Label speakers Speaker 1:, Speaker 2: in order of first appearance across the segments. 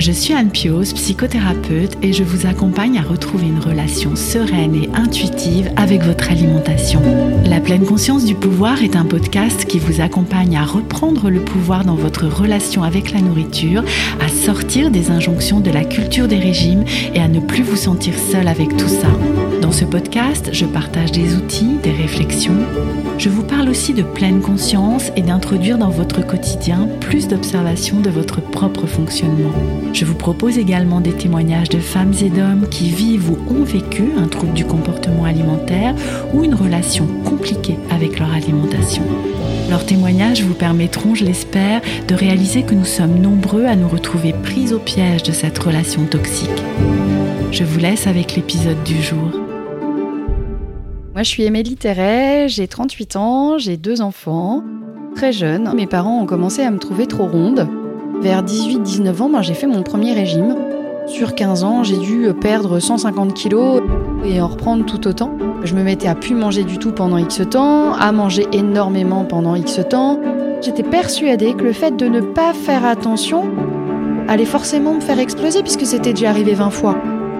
Speaker 1: Je suis Anne Pioz, psychothérapeute et je vous accompagne à retrouver une relation sereine et intuitive avec votre alimentation. La pleine conscience du pouvoir est un podcast qui vous accompagne à reprendre le pouvoir dans votre relation avec la nourriture, à sortir des injonctions de la culture des régimes et à ne plus vous sentir seul avec tout ça. Dans ce podcast, je partage des outils, des réflexions. Je vous parle aussi de pleine conscience et d'introduire dans votre quotidien plus d'observation de votre propre fonctionnement. Je vous propose également des témoignages de femmes et d'hommes qui vivent ou ont vécu un trouble du comportement alimentaire ou une relation compliquée avec leur alimentation. Leurs témoignages vous permettront, je l'espère, de réaliser que nous sommes nombreux à nous retrouver pris au piège de cette relation toxique. Je vous laisse avec l'épisode du jour.
Speaker 2: Moi, je suis Émilie Terret, j'ai 38 ans, j'ai 2 enfants. Très jeune, mes parents ont commencé à me trouver trop ronde. Vers 18-19 ans, j'ai fait mon premier régime. Sur 15 ans, j'ai dû perdre 150 kilos et en reprendre tout autant. Je me mettais à plus manger du tout pendant X temps, à manger énormément pendant X temps. J'étais persuadée que le fait de ne pas faire attention allait forcément me faire exploser puisque c'était déjà arrivé 20 fois.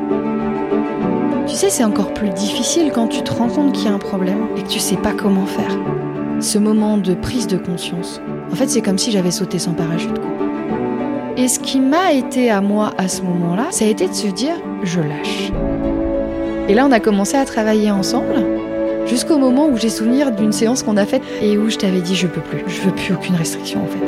Speaker 2: Tu sais, c'est encore plus difficile quand tu te rends compte qu'il y a un problème et que tu sais pas comment faire. Ce moment de prise de conscience, en fait, c'est comme si j'avais sauté sans parachute, quoi. Et ce qui m'a été à moi à ce moment-là, ça a été de se dire « je lâche ». Et là, on a commencé à travailler ensemble, jusqu'au moment où j'ai souvenir d'une séance qu'on a faite et où je t'avais dit « je peux plus, je veux plus aucune restriction en fait ».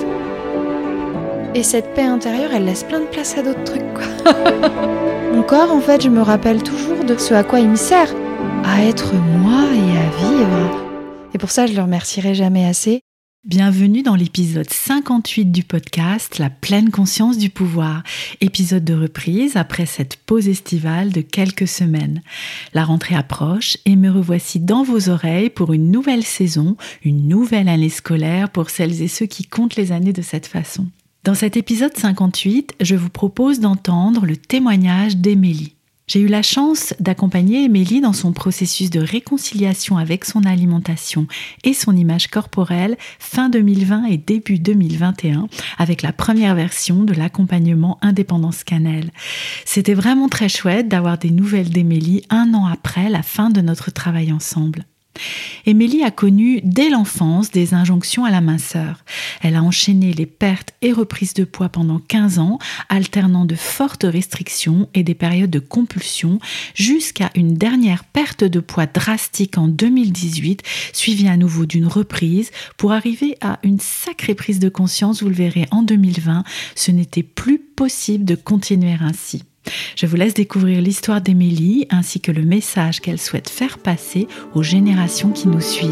Speaker 2: Et cette paix intérieure, elle laisse plein de place à d'autres trucs, quoi. Mon corps, en fait, je me rappelle toujours de ce à quoi il me sert, à être moi et à vivre. Et pour ça, je le remercierai jamais assez.
Speaker 1: Bienvenue dans l'épisode 58 du podcast La pleine conscience du pouvoir, épisode de reprise après cette pause estivale de quelques semaines. La rentrée approche et me revoici dans vos oreilles pour une nouvelle saison, une nouvelle année scolaire pour celles et ceux qui comptent les années de cette façon. Dans cet épisode 58, je vous propose d'entendre le témoignage d'Émilie. J'ai eu la chance d'accompagner Émilie dans son processus de réconciliation avec son alimentation et son image corporelle fin 2020 et début 2021 avec la première version de l'accompagnement Indépendance Cannelle. C'était vraiment très chouette d'avoir des nouvelles d'Émilie 1 an après la fin de notre travail ensemble. Émilie a connu dès l'enfance des injonctions à la minceur. Elle a enchaîné les pertes et reprises de poids pendant 15 ans, alternant de fortes restrictions et des périodes de compulsion, jusqu'à une dernière perte de poids drastique en 2018, suivie à nouveau d'une reprise, pour arriver à une sacrée prise de conscience, vous le verrez en 2020, ce n'était plus possible de continuer ainsi. Je vous laisse découvrir l'histoire d'Émilie ainsi que le message qu'elle souhaite faire passer aux générations qui nous suivent.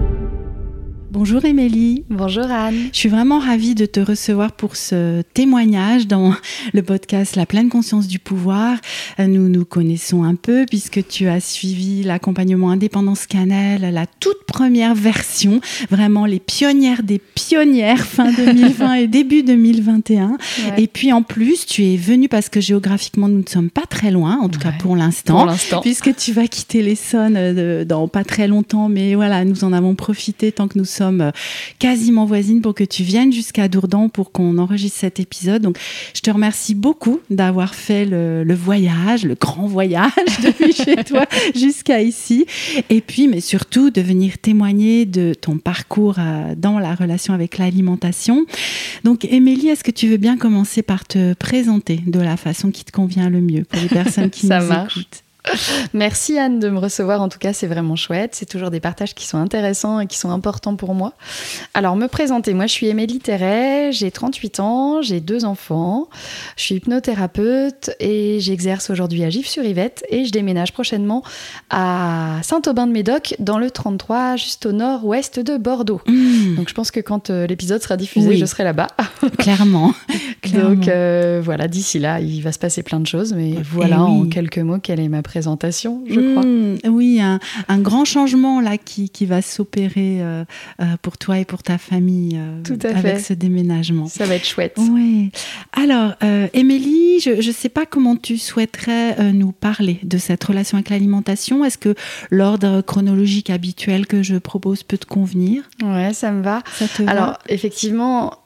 Speaker 1: Bonjour Émilie.
Speaker 2: Bonjour Anne.
Speaker 1: Je suis vraiment ravie de te recevoir pour ce témoignage dans le podcast La pleine conscience du pouvoir. Nous nous connaissons un peu puisque tu as suivi l'accompagnement Indépendance Cannelle, la toute première version, vraiment les pionnières des pionnières fin 2020 et début 2021. Ouais. Et puis en plus, tu es venue parce que géographiquement nous ne sommes pas très loin, en tout cas pour l'instant, puisque tu vas quitter l'Essonne dans pas très longtemps, mais voilà, nous en avons profité tant que nous sommes quasiment voisines pour que tu viennes jusqu'à Dourdan pour qu'on enregistre cet épisode. Donc, je te remercie beaucoup d'avoir fait le voyage, le grand voyage depuis chez toi jusqu'à ici. Et puis, mais surtout, de venir témoigner de ton parcours dans la relation avec l'alimentation. Donc, Émilie, est-ce que tu veux bien commencer par te présenter de la façon qui te convient le mieux pour les personnes qui nous écoutent?
Speaker 2: Merci Anne de me recevoir, en tout cas c'est vraiment chouette, c'est toujours des partages qui sont intéressants et qui sont importants pour moi. Alors me présenter, moi je suis Émilie Terret, j'ai 38 ans, j'ai 2 enfants, je suis hypnothérapeute et j'exerce aujourd'hui à Gif-sur-Yvette et je déménage prochainement à Saint-Aubin-de-Médoc dans le 33, juste au nord-ouest de Bordeaux. Donc je pense que quand l'épisode sera diffusé, je serai là-bas.
Speaker 1: Clairement.
Speaker 2: Donc voilà, d'ici là, il va se passer plein de choses, mais voilà en quelques mots quelle est ma présentation, je crois.
Speaker 1: Oui, un grand changement là qui va s'opérer pour toi et pour ta famille avec ce déménagement.
Speaker 2: Ça va être chouette.
Speaker 1: Oui. Alors, Émilie, je ne sais pas comment tu souhaiterais nous parler de cette relation avec l'alimentation. Est-ce que l'ordre chronologique habituel que je propose peut te convenir ?
Speaker 2: Ouais, ça me va. Alors, effectivement,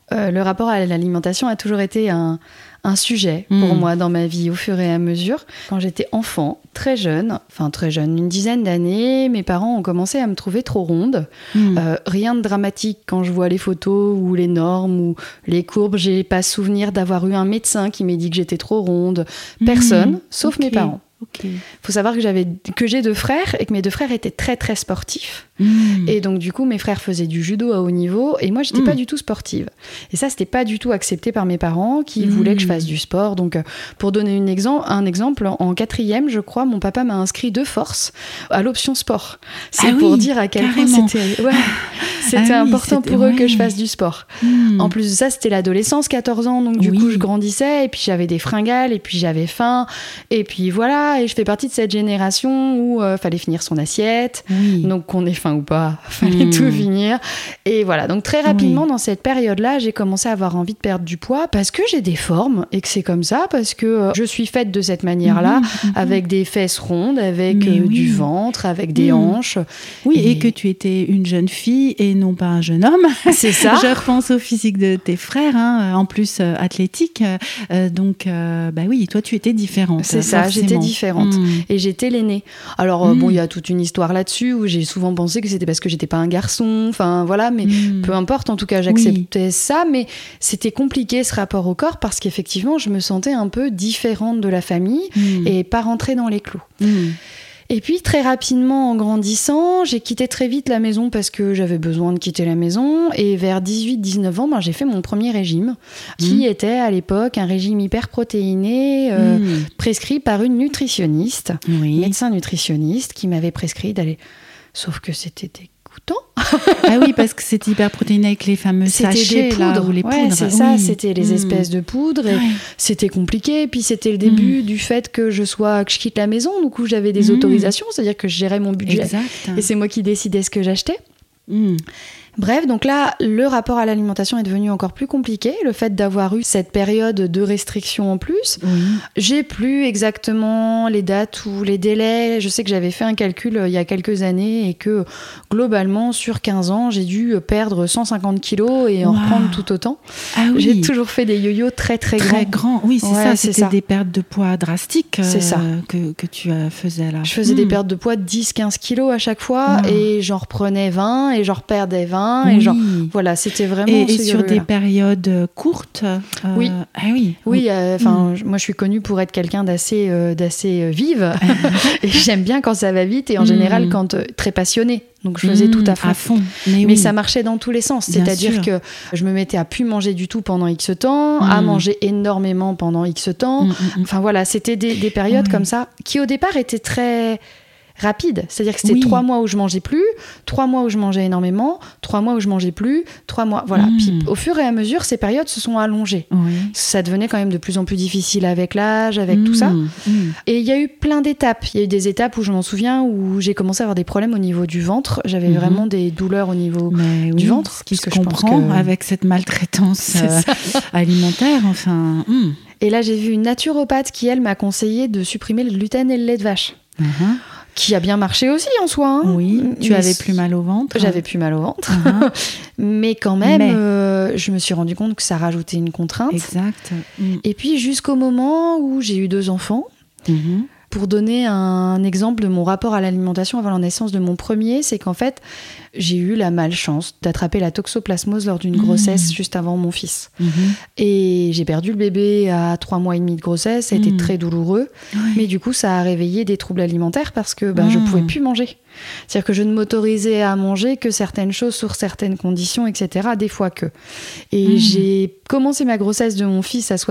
Speaker 2: Le rapport à l'alimentation a toujours été un sujet pour moi dans ma vie au fur et à mesure. Quand j'étais enfant, très jeune, une dizaine d'années, mes parents ont commencé à me trouver trop ronde. Rien de dramatique quand je vois les photos ou les normes ou les courbes. J'ai pas souvenir d'avoir eu un médecin qui m'ait dit que j'étais trop ronde. Personne, sauf mes parents. Faut savoir que j'ai 2 frères et que mes 2 frères étaient très très sportifs. Et donc du coup mes frères faisaient du judo à haut niveau et moi j'étais pas du tout sportive. Et ça c'était pas du tout accepté par mes parents qui voulaient que je fasse du sport. Donc pour donner un exemple, en 4e je crois mon papa m'a inscrit de force à l'option sport. C'est pour dire à quel point c'était important pour eux que je fasse du sport. En plus de ça c'était l'adolescence, 14 ans, donc du coup je grandissais et puis j'avais des fringales et puis j'avais faim et puis voilà, et je fais partie de cette génération où fallait finir son assiette, donc qu'on ait faim ou pas, fallait tout finir. Et voilà, donc très rapidement dans cette période-là, j'ai commencé à avoir envie de perdre du poids parce que j'ai des formes et que c'est comme ça, parce que je suis faite de cette manière-là, avec des fesses rondes, avec du ventre, avec des hanches.
Speaker 1: Et que tu étais une jeune fille et non pas un jeune homme.
Speaker 2: C'est ça.
Speaker 1: Je repense au physique de tes frères, en plus athlétique. Donc, toi tu étais différente.
Speaker 2: C'est ça, j'étais différente. Et j'étais l'aînée. Alors, il y a toute une histoire là-dessus où j'ai souvent pensé que c'était parce que j'étais pas un garçon. Enfin, voilà, mais peu importe. En tout cas, j'acceptais ça. Mais c'était compliqué, ce rapport au corps, parce qu'effectivement, je me sentais un peu différente de la famille et pas rentrée dans les clous. Et puis, très rapidement, en grandissant, j'ai quitté très vite la maison parce que j'avais besoin de quitter la maison. Et vers 18-19 ans, j'ai fait mon premier régime, qui était à l'époque un régime hyperprotéiné prescrit par une nutritionniste, médecin nutritionniste, qui m'avait prescrit d'aller... Sauf que c'était dégoûtant.
Speaker 1: Ah oui, parce que c'était hyperprotéiné avec les fameux sachets,
Speaker 2: des poudres.
Speaker 1: Là, ou les poudres.
Speaker 2: C'est ça, c'était les espèces de poudres. Et c'était compliqué. Et puis c'était le début du fait que je quitte la maison. Du coup, j'avais des autorisations, c'est-à-dire que je gérais mon budget.
Speaker 1: Exact.
Speaker 2: Et c'est moi qui décidais ce que j'achetais. Bref, donc là, le rapport à l'alimentation est devenu encore plus compliqué. Le fait d'avoir eu cette période de restriction en plus, j'ai plus exactement les dates ou les délais. Je sais que j'avais fait un calcul il y a quelques années et que globalement, sur 15 ans, j'ai dû perdre 150 kilos et en reprendre tout autant. J'ai toujours fait des yo-yo très très grands.
Speaker 1: Oui, c'est ça. C'était des pertes de poids drastiques que tu faisais là.
Speaker 2: Je faisais des pertes de poids de 10-15 kilos à chaque fois et j'en reprenais 20 et j'en reperdais 20. Et genre, voilà, c'était vraiment...
Speaker 1: Et sur des périodes courtes
Speaker 2: moi je suis connue pour être quelqu'un d'assez vive. Et j'aime bien quand ça va vite et en général quand très passionnée. Donc je faisais tout à fond. Mais ça marchait dans tous les sens. C'est-à-dire que je me mettais à plus manger du tout pendant X temps, à manger énormément pendant X temps. Enfin voilà, c'était des périodes comme ça qui au départ étaient très... rapide, c'est-à-dire que c'était 3 mois où je mangeais plus, 3 mois où je mangeais énormément, 3 mois où je mangeais plus, 3 mois, voilà. Puis au fur et à mesure, ces périodes se sont allongées. Ça devenait quand même de plus en plus difficile avec l'âge, avec tout ça. Et il y a eu plein d'étapes. Il y a eu des étapes où je m'en souviens, où j'ai commencé à avoir des problèmes au niveau du ventre. J'avais vraiment des douleurs au niveau du ventre.
Speaker 1: Ce qui se comprend avec cette maltraitance alimentaire, enfin...
Speaker 2: Et là, j'ai vu une naturopathe qui, elle, m'a conseillé de supprimer le gluten et le lait de vache. Qui a bien marché aussi en soi.
Speaker 1: Tu avais plus mal au ventre.
Speaker 2: J'avais plus mal au ventre. Mais quand même, je me suis rendu compte que ça rajoutait une contrainte.
Speaker 1: Exact.
Speaker 2: Et puis jusqu'au moment où j'ai eu 2 enfants, pour donner un exemple de mon rapport à l'alimentation avant la naissance de mon premier, c'est qu'en fait, j'ai eu la malchance d'attraper la toxoplasmose lors d'une grossesse juste avant mon fils. Et j'ai perdu le bébé à 3 mois et demi de grossesse, ça a été très douloureux. Mais du coup, ça a réveillé des troubles alimentaires parce que je ne pouvais plus manger. C'est-à-dire que je ne m'autorisais à manger que certaines choses sur certaines conditions, etc. Des fois que. Et j'ai commencé ma grossesse de mon fils à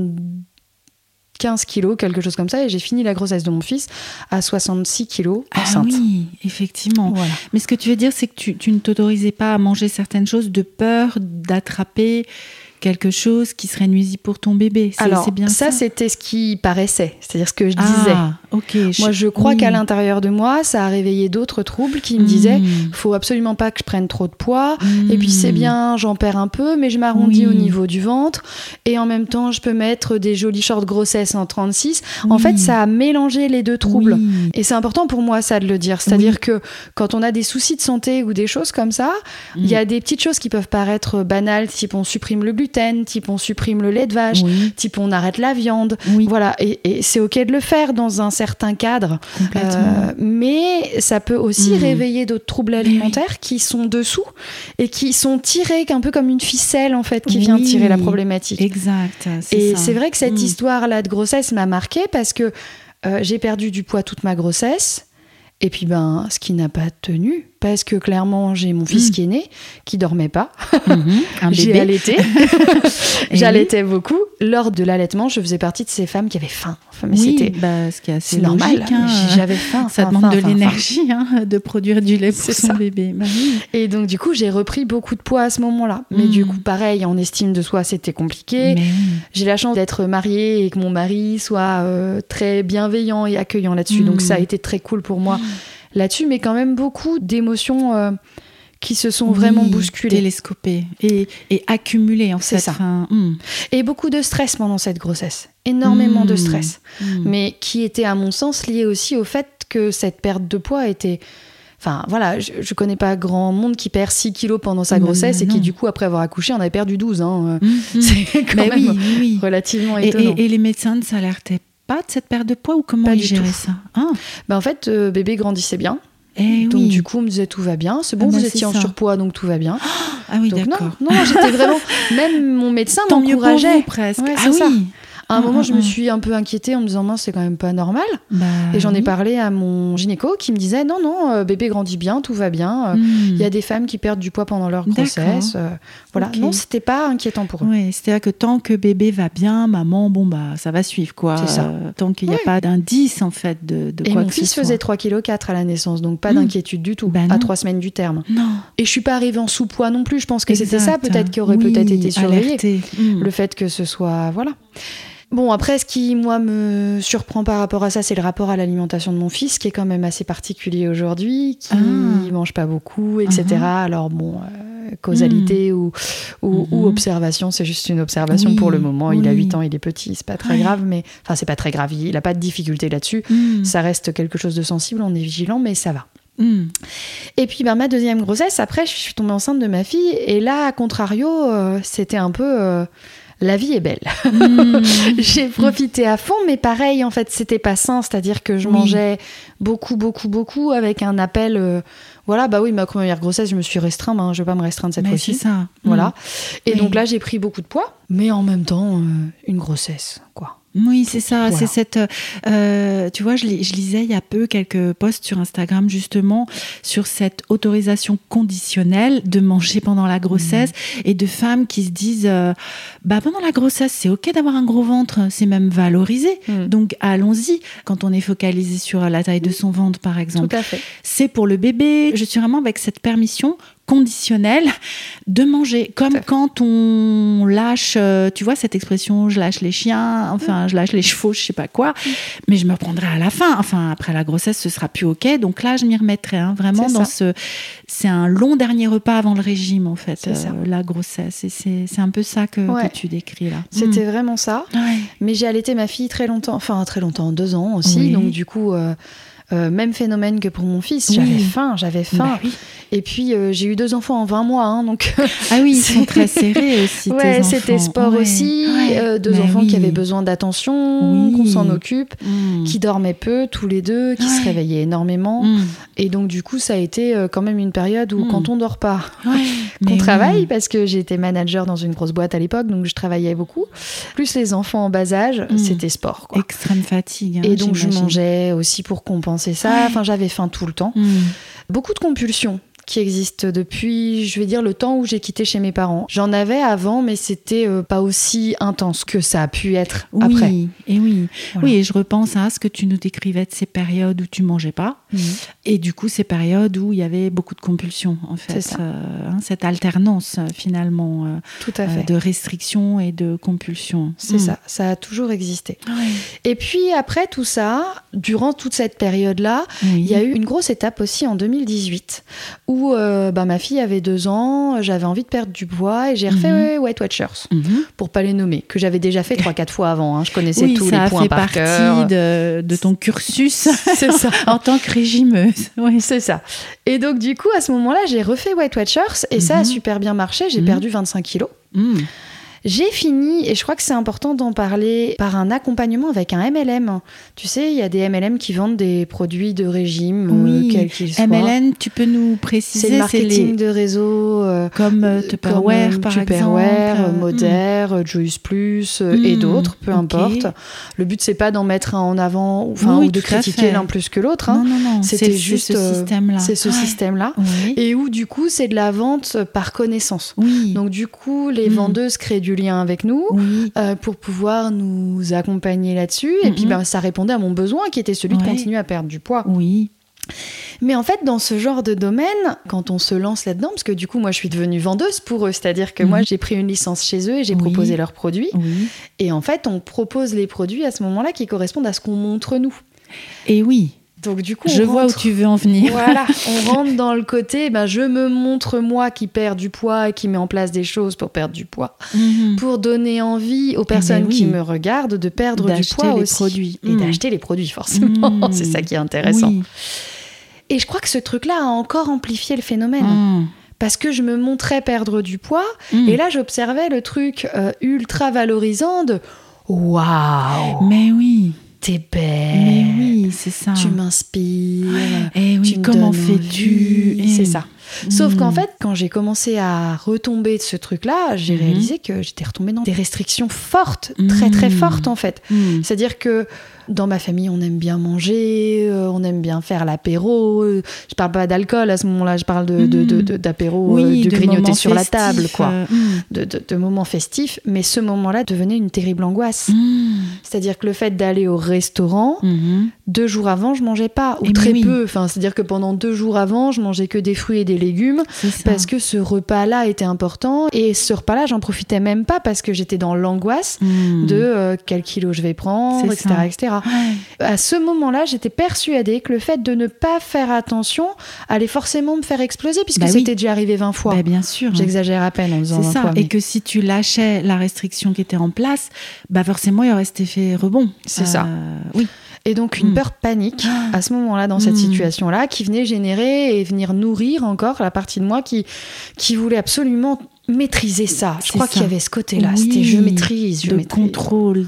Speaker 2: 75 kilos, quelque chose comme ça, et j'ai fini la grossesse de mon fils à 66 kilos enceinte.
Speaker 1: Ah oui, effectivement. Voilà. Mais ce que tu veux dire, c'est que tu ne t'autorisais pas à manger certaines choses de peur d'attraper quelque chose qui serait nuisible pour ton bébé.
Speaker 2: Alors,
Speaker 1: c'est bien
Speaker 2: ça, c'était ce qui paraissait, c'est-à-dire ce que je disais.
Speaker 1: Ok.
Speaker 2: Moi, je crois qu'à l'intérieur de moi, ça a réveillé d'autres troubles qui me disaient faut absolument pas que je prenne trop de poids. Et puis c'est bien, j'en perds un peu, mais je m'arrondis au niveau du ventre. Et en même temps, je peux mettre des jolis shorts grossesse en 36. En fait, ça a mélangé les deux troubles. Et c'est important pour moi, ça, de le dire. C'est-à-dire que quand on a des soucis de santé ou des choses comme ça, il y a des petites choses qui peuvent paraître banales, type on supprime le gluten, type on supprime le lait de vache, type on arrête la viande. Voilà. Et c'est OK de le faire dans un certain cadre. Mais ça peut aussi réveiller d'autres troubles alimentaires qui sont dessous et qui sont tirés un peu comme une ficelle, en fait, qui vient tirer la problématique.
Speaker 1: Exact.
Speaker 2: C'est vrai que cette histoire-là de grossesse m'a marquée parce que j'ai perdu du poids toute ma grossesse. Et puis, ce qui n'a pas tenu, parce que clairement, j'ai mon fils qui est né, qui dormait pas. J'ai allaité. J'allaitais beaucoup. Lors de l'allaitement, je faisais partie de ces femmes qui avaient faim. Enfin, mais c'était
Speaker 1: ce qui est assez
Speaker 2: normal.
Speaker 1: Logique, hein.
Speaker 2: J'avais faim.
Speaker 1: Ça demande de l'énergie de produire du lait pour son bébé.
Speaker 2: Et donc, du coup, j'ai repris beaucoup de poids à ce moment-là. Mais du coup, pareil, en estime de soi, c'était compliqué. J'ai la chance d'être mariée et que mon mari soit très bienveillant et accueillant là-dessus. Donc, ça a été très cool pour moi là-dessus, mais quand même beaucoup d'émotions qui se sont vraiment bousculées.
Speaker 1: Télescopées et accumulées, en fait.
Speaker 2: C'est ça. Et beaucoup de stress pendant cette grossesse. Énormément de stress. Mais qui était, à mon sens, lié aussi au fait que cette perte de poids était... Enfin, voilà, je connais pas grand monde qui perd 6 kilos pendant sa grossesse et qui, du coup, après avoir accouché, en avait perdu 12. C'est quand même relativement étonnant.
Speaker 1: Et les médecins ne s'alertaient pas de cette perte de poids ou comment ils géraient ça?
Speaker 2: En fait, bébé grandissait bien. Donc du coup on me disait tout va bien, c'est bon, vous étiez en surpoids donc tout va bien. Donc,
Speaker 1: d'accord.
Speaker 2: Non, j'étais vraiment, même mon médecin m'encourageait
Speaker 1: presque.
Speaker 2: Ça. À un moment, je me suis un peu inquiétée en me disant, mince, c'est quand même pas normal. Et j'en ai parlé à mon gynéco qui me disait, non, bébé grandit bien, tout va bien. Il y a des femmes qui perdent du poids pendant leur grossesse. Voilà. Non, c'était pas inquiétant pour eux.
Speaker 1: Oui, c'est-à-dire que tant que bébé va bien, maman, ça va suivre, quoi.
Speaker 2: C'est ça.
Speaker 1: Tant qu'il n'y a pas d'indice, en fait, de quoi que ce soit.
Speaker 2: Et mon fils faisait 3,4 kg à la naissance, donc pas d'inquiétude du tout, à 3 semaines du terme.
Speaker 1: Non.
Speaker 2: Et je suis pas arrivée en sous-poids non plus. Je pense que c'était ça, peut-être, qui aurait peut-être été surveillé. Le fait que ce soit... Voilà. Bon, après, ce qui, moi, me surprend par rapport à ça, c'est le rapport à l'alimentation de mon fils, qui est quand même assez particulier aujourd'hui, qui mange pas beaucoup, etc. Alors, causalité ou observation, c'est juste une observation pour le moment. Il a 8 ans, il est petit, c'est pas très grave, mais... Enfin, c'est pas très grave, il a pas de difficulté là-dessus. Ça reste quelque chose de sensible, on est vigilant, mais ça va. Et puis ma deuxième grossesse, après, je suis tombée enceinte de ma fille, et là, à contrario, c'était un peu... La vie est belle. J'ai profité à fond, mais pareil, en fait, c'était pas sain. C'est-à-dire que je mangeais beaucoup, avec un appel. Ma première grossesse, je me suis restreinte. Je vais pas me restreindre cette fois-ci.
Speaker 1: C'est ça.
Speaker 2: Voilà. Et donc là, j'ai pris beaucoup de poids, mais en même temps, une grossesse, quoi.
Speaker 1: Oui, c'est ça.
Speaker 2: Voilà.
Speaker 1: C'est cette. Tu vois, je lisais il y a peu quelques posts sur Instagram justement sur cette autorisation conditionnelle de manger pendant la grossesse et de femmes qui se disent pendant la grossesse, c'est OK d'avoir un gros ventre, c'est même valorisé. Donc allons-y. Quand on est focalisé sur la taille de son ventre, par exemple,
Speaker 2: tout à fait.
Speaker 1: C'est pour le bébé. Je suis vraiment avec cette permission conditionnel de manger, comme quand on lâche, tu vois cette expression, je lâche les chiens, je lâche les chevaux, je sais pas quoi, mais je me reprendrai à la fin, après la grossesse ce sera plus OK, donc là je m'y remettrai, vraiment c'est un long dernier repas avant le régime en fait, la grossesse, et c'est un peu ça que tu décris là.
Speaker 2: C'était vraiment ça, mais j'ai allaité ma fille très longtemps, 2 ans aussi, donc du coup... même phénomène que pour mon fils, j'avais faim. Et puis j'ai eu 2 enfants en 20 mois, donc...
Speaker 1: ils sont très serrés aussi, tes enfants.
Speaker 2: C'était sport aussi, 2 enfants qui avaient besoin d'attention, qu'on s'en occupe, qui dormaient peu, tous les deux, qui se réveillaient énormément. Et donc du coup, ça a été quand même une période où quand on dort pas, qu'on travaille, parce que j'étais manager dans une grosse boîte à l'époque, donc je travaillais beaucoup. Plus les enfants en bas âge, c'était sport, quoi.
Speaker 1: Extrême fatigue.
Speaker 2: Et donc je mangeais aussi pour compenser ça. J'avais faim tout le temps. Beaucoup de compulsions qui existe depuis, je vais dire, le temps où j'ai quitté chez mes parents. J'en avais avant, mais c'était pas aussi intense que ça a pu être après.
Speaker 1: Et oui.
Speaker 2: Voilà.
Speaker 1: Oui, et je repense à ce que tu nous décrivais de ces périodes où tu mangeais pas. Et du coup, ces périodes où il y avait beaucoup de compulsions, en fait.
Speaker 2: C'est ça.
Speaker 1: Cette alternance, finalement,
Speaker 2: Tout à fait.
Speaker 1: de restrictions et de compulsions.
Speaker 2: C'est ça a toujours existé.
Speaker 1: Ouais.
Speaker 2: Et puis après tout ça, durant toute cette période-là, il y a eu une grosse étape aussi en 2018 où ma fille avait 2 ans, j'avais envie de perdre du poids et j'ai refait Weight Watchers, pour pas les nommer, que j'avais déjà fait 3-4 fois avant. Hein. Je connaissais tous les points par cœur.
Speaker 1: Ça a fait partie de ton cursus
Speaker 2: c'est ça.
Speaker 1: en tant que régimeuse.
Speaker 2: Oui, c'est ça. Et donc du coup, à ce moment-là, j'ai refait Weight Watchers et ça a super bien marché. J'ai perdu 25 kilos. J'ai fini, et je crois que c'est important d'en parler, par un accompagnement avec un MLM. Tu sais, il y a des MLM qui vendent des produits de régime, quels qu'ils soient.
Speaker 1: MLM, tu peux nous préciser?
Speaker 2: C'est le marketing de réseau.
Speaker 1: Comme Tupperware, par exemple.
Speaker 2: Tupperware, Moder, Joyce Plus et d'autres, peu importe. Le but, c'est pas d'en mettre un en avant ou de critiquer l'un plus que l'autre. Hein.
Speaker 1: Non.
Speaker 2: C'était juste
Speaker 1: ce système-là.
Speaker 2: C'est ce système-là.
Speaker 1: Oui.
Speaker 2: Et où, du coup, c'est de la vente par connaissance.
Speaker 1: Oui.
Speaker 2: Donc, du coup, les vendeuses créent du lien avec nous pour pouvoir nous accompagner là-dessus. Et puis, ça répondait à mon besoin qui était celui de continuer à perdre du poids.
Speaker 1: Oui.
Speaker 2: Mais en fait, dans ce genre de domaine, quand on se lance là-dedans, parce que du coup, moi, je suis devenue vendeuse pour eux, c'est-à-dire que moi, j'ai pris une licence chez eux et j'ai proposé leurs produits. Et en fait, on propose les produits à ce moment-là qui correspondent à ce qu'on montre nous.
Speaker 1: Et oui.
Speaker 2: Donc du coup,
Speaker 1: je vois où tu veux en venir.
Speaker 2: Voilà, on rentre dans le côté, je me montre moi qui perds du poids et qui met en place des choses pour perdre du poids, pour donner envie aux personnes qui me regardent de perdre du poids aussi.
Speaker 1: Produits.
Speaker 2: Et d'acheter les produits, forcément. C'est ça qui est intéressant.
Speaker 1: Oui.
Speaker 2: Et je crois que ce truc-là a encore amplifié le phénomène. Parce que je me montrais perdre du poids, et là, j'observais le truc ultra valorisant de « Waouh !»
Speaker 1: Mais oui.
Speaker 2: T'es belle.
Speaker 1: Mais oui, c'est ça.
Speaker 2: Tu m'inspires.
Speaker 1: Et oui,
Speaker 2: tu
Speaker 1: comment fais-tu ?
Speaker 2: C'est ça. Sauf qu'en fait, quand j'ai commencé à retomber de ce truc-là, j'ai réalisé que j'étais retombée dans des restrictions fortes, très très fortes en fait. C'est-à-dire que dans ma famille, on aime bien manger, on aime bien faire l'apéro. Je parle pas d'alcool à ce moment-là, je parle d'apéro, de grignoter sur la table, quoi. De moments festifs. Mais ce moment-là devenait une terrible angoisse. C'est-à-dire que le fait d'aller au restaurant, 2 jours avant, je mangeais pas, ou très peu. Enfin, c'est-à-dire que pendant 2 jours avant, je mangeais que des fruits et des légumes, parce que ce repas-là était important. Et ce repas-là, j'en profitais même pas parce que j'étais dans l'angoisse de quel kilo je vais prendre, etc. À ce moment-là, j'étais persuadée que le fait de ne pas faire attention allait forcément me faire exploser, puisque c'était déjà arrivé 20 fois.
Speaker 1: Bien sûr.
Speaker 2: J'exagère à peine en disant 20 fois.
Speaker 1: Et que si tu lâchais la restriction qui était en place, forcément, il y aurait cet effet rebond.
Speaker 2: C'est ça.
Speaker 1: Oui.
Speaker 2: Et donc une peur panique à ce moment-là, dans cette situation-là, qui venait générer et venir nourrir encore la partie de moi qui voulait absolument maîtriser ça. Je crois qu'il y avait ce côté-là, c'était je maîtrise.
Speaker 1: Contrôle,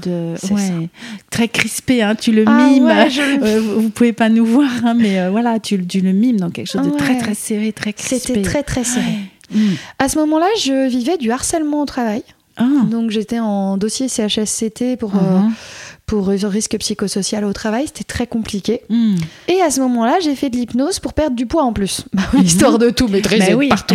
Speaker 1: très crispé, hein, tu le mimes. Ouais, vous pouvez pas nous voir, hein, mais voilà, tu le mimes dans quelque chose de très très serré, très crispé.
Speaker 2: C'était très très serré. À ce moment-là, je vivais du harcèlement au travail. Donc j'étais en dossier CHSCT pour risque psychosocial au travail, c'était très compliqué. Et à ce moment-là, j'ai fait de l'hypnose pour perdre du poids en plus. Histoire de tout maîtriser partout.